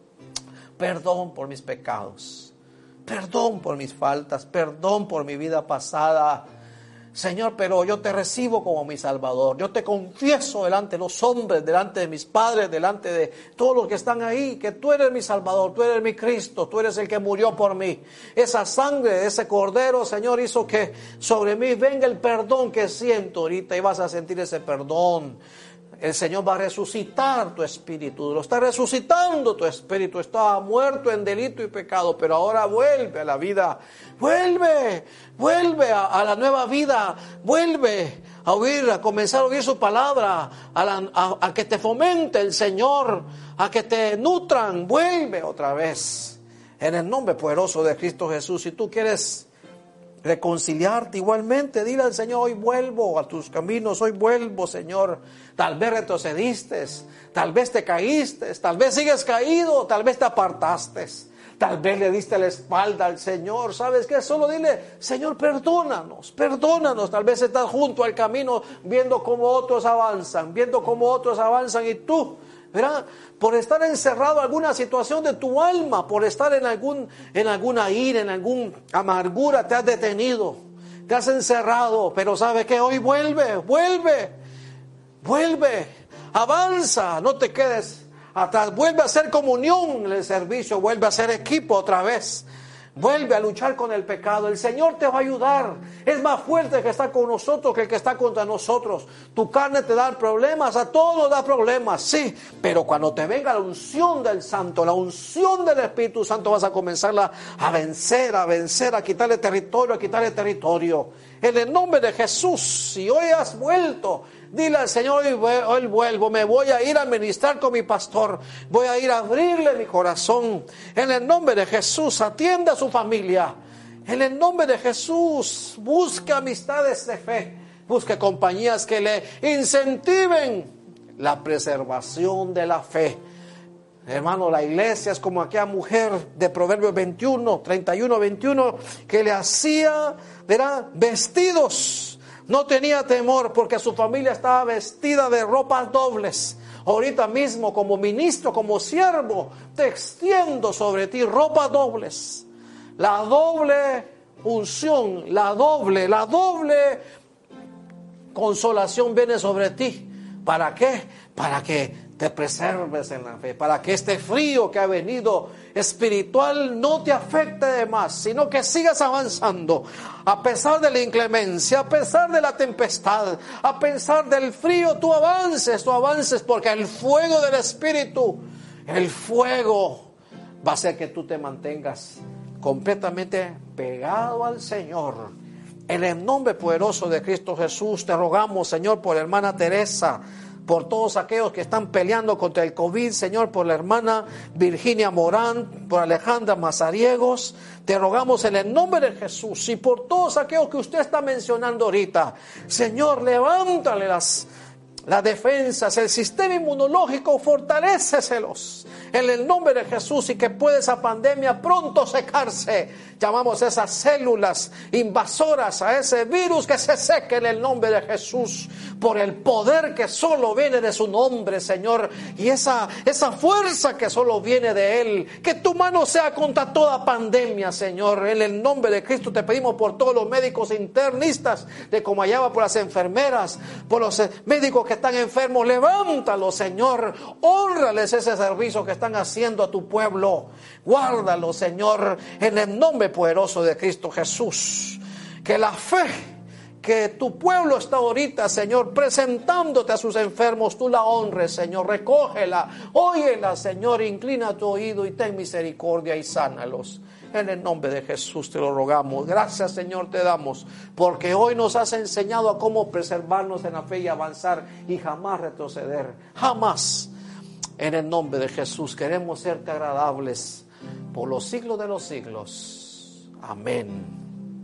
perdón por mis pecados, perdón por mis faltas, perdón por mi vida pasada, Señor, pero yo te recibo como mi Salvador. Yo te confieso delante de los hombres, delante de mis padres, delante de todos los que están ahí, que tú eres mi Salvador, tú eres mi Cristo, tú eres el que murió por mí. Esa sangre de ese Cordero, Señor, hizo que sobre mí venga el perdón que siento ahorita, y vas a sentir ese perdón. El Señor va a resucitar tu espíritu, lo está resucitando tu espíritu. Estaba muerto en delito y pecado, pero ahora vuelve a la vida, vuelve a la nueva vida, vuelve a oír, a comenzar a oír su palabra, a que te fomente el Señor, a que te nutran. Vuelve otra vez, en el nombre poderoso de Cristo Jesús. Si tú quieres reconciliarte igualmente, dile al Señor: hoy vuelvo a tus caminos, hoy vuelvo, Señor. Tal vez retrocediste, tal vez te caíste, tal vez sigues caído, tal vez te apartaste, tal vez le diste la espalda al Señor. ¿Sabes qué? Solo dile: Señor, perdónanos, perdónanos. Tal vez estás junto al camino viendo cómo otros avanzan, y tú, ¿verdad?, por estar encerrado en alguna situación de tu alma, por estar en alguna ira, en alguna amargura, te has detenido, te has encerrado. Pero ¿sabes qué? Hoy vuelve, avanza, no te quedes atrás, vuelve a hacer comunión en el servicio, vuelve a hacer equipo otra vez. Vuelve a luchar con el pecado. El Señor te va a ayudar. Es más fuerte el que está con nosotros que el que está contra nosotros. Tu carne te da problemas, a todos da problemas, sí. Pero cuando te venga la unción del Santo, la unción del Espíritu Santo, vas a comenzarla a vencer, a quitarle territorio. En el nombre de Jesús, si hoy has vuelto, dile al Señor: hoy vuelvo, me voy a ir a ministrar con mi pastor, voy a ir a abrirle mi corazón. En el nombre de Jesús, atienda a su familia. En el nombre de Jesús, busque amistades de fe, busque compañías que le incentiven la preservación de la fe. Hermano, la iglesia es como aquella mujer de Proverbios 31:21, que le hacía, ¿verdad?, vestidos. No tenía temor porque su familia estaba vestida de ropas dobles. Ahorita mismo, como ministro, como siervo, te extiendo sobre ti ropas dobles. La doble unción, la doble consolación viene sobre ti. ¿Para qué? Para que te preserves en la fe, para que este frío que ha venido espiritual no te afecte de más, sino que sigas avanzando a pesar de la inclemencia, a pesar de la tempestad, a pesar del frío. Tú avances, porque el fuego del Espíritu, el fuego va a hacer que tú te mantengas completamente pegado al Señor. En el nombre poderoso de Cristo Jesús te rogamos, Señor, por la hermana Teresa, por todos aquellos que están peleando contra el COVID, Señor, por la hermana Virginia Morán, por Alejandra Mazariegos. Te rogamos en el nombre de Jesús, y por todos aquellos que usted está mencionando ahorita. Señor, levántale las defensas, el sistema inmunológico, fortaléceselos en el nombre de Jesús, y que pueda esa pandemia pronto secarse. Llamamos a esas células invasoras, a ese virus, que se seque en el nombre de Jesús, por el poder que solo viene de su nombre, Señor, y esa fuerza que solo viene de Él. Que tu mano sea contra toda pandemia, Señor, en el nombre de Cristo. Te pedimos por todos los médicos internistas de Comayagua, por las enfermeras, por los médicos que están enfermos. Levántalos, Señor, hónrales ese servicio que están haciendo a tu pueblo. Guárdalos, Señor, en el nombre poderoso de Cristo Jesús. Que la fe que tu pueblo está ahorita, Señor, presentándote a sus enfermos, tú la honres, Señor. Recógela, óyela, Señor, inclina tu oído y ten misericordia y sánalos. En el nombre de Jesús te lo rogamos. Gracias, Señor, te damos, porque hoy nos has enseñado a cómo preservarnos en la fe y avanzar y jamás retroceder. Jamás. En el nombre de Jesús queremos serte agradables por los siglos de los siglos. Amén.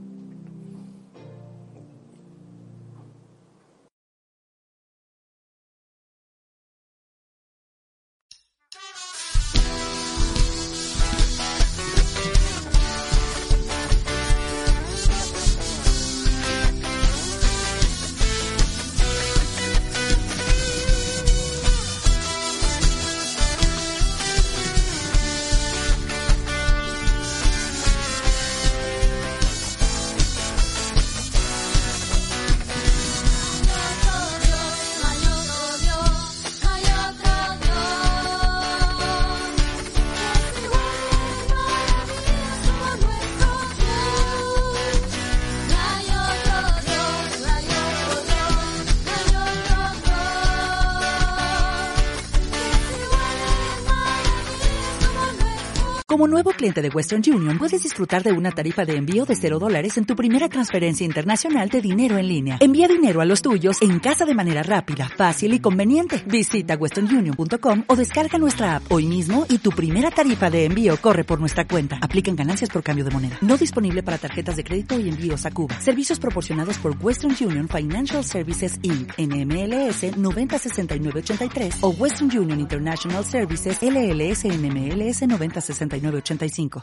Como nuevo cliente de Western Union, puedes disfrutar de una tarifa de envío de $0 en tu primera transferencia internacional de dinero en línea. Envía dinero a los tuyos en casa de manera rápida, fácil y conveniente. Visita westernunion.com o descarga nuestra app hoy mismo y tu primera tarifa de envío corre por nuestra cuenta. Aplican ganancias por cambio de moneda. No disponible para tarjetas de crédito y envíos a Cuba. Servicios proporcionados por Western Union Financial Services Inc. NMLS 906983 o Western Union International Services LLS NMLS 906985.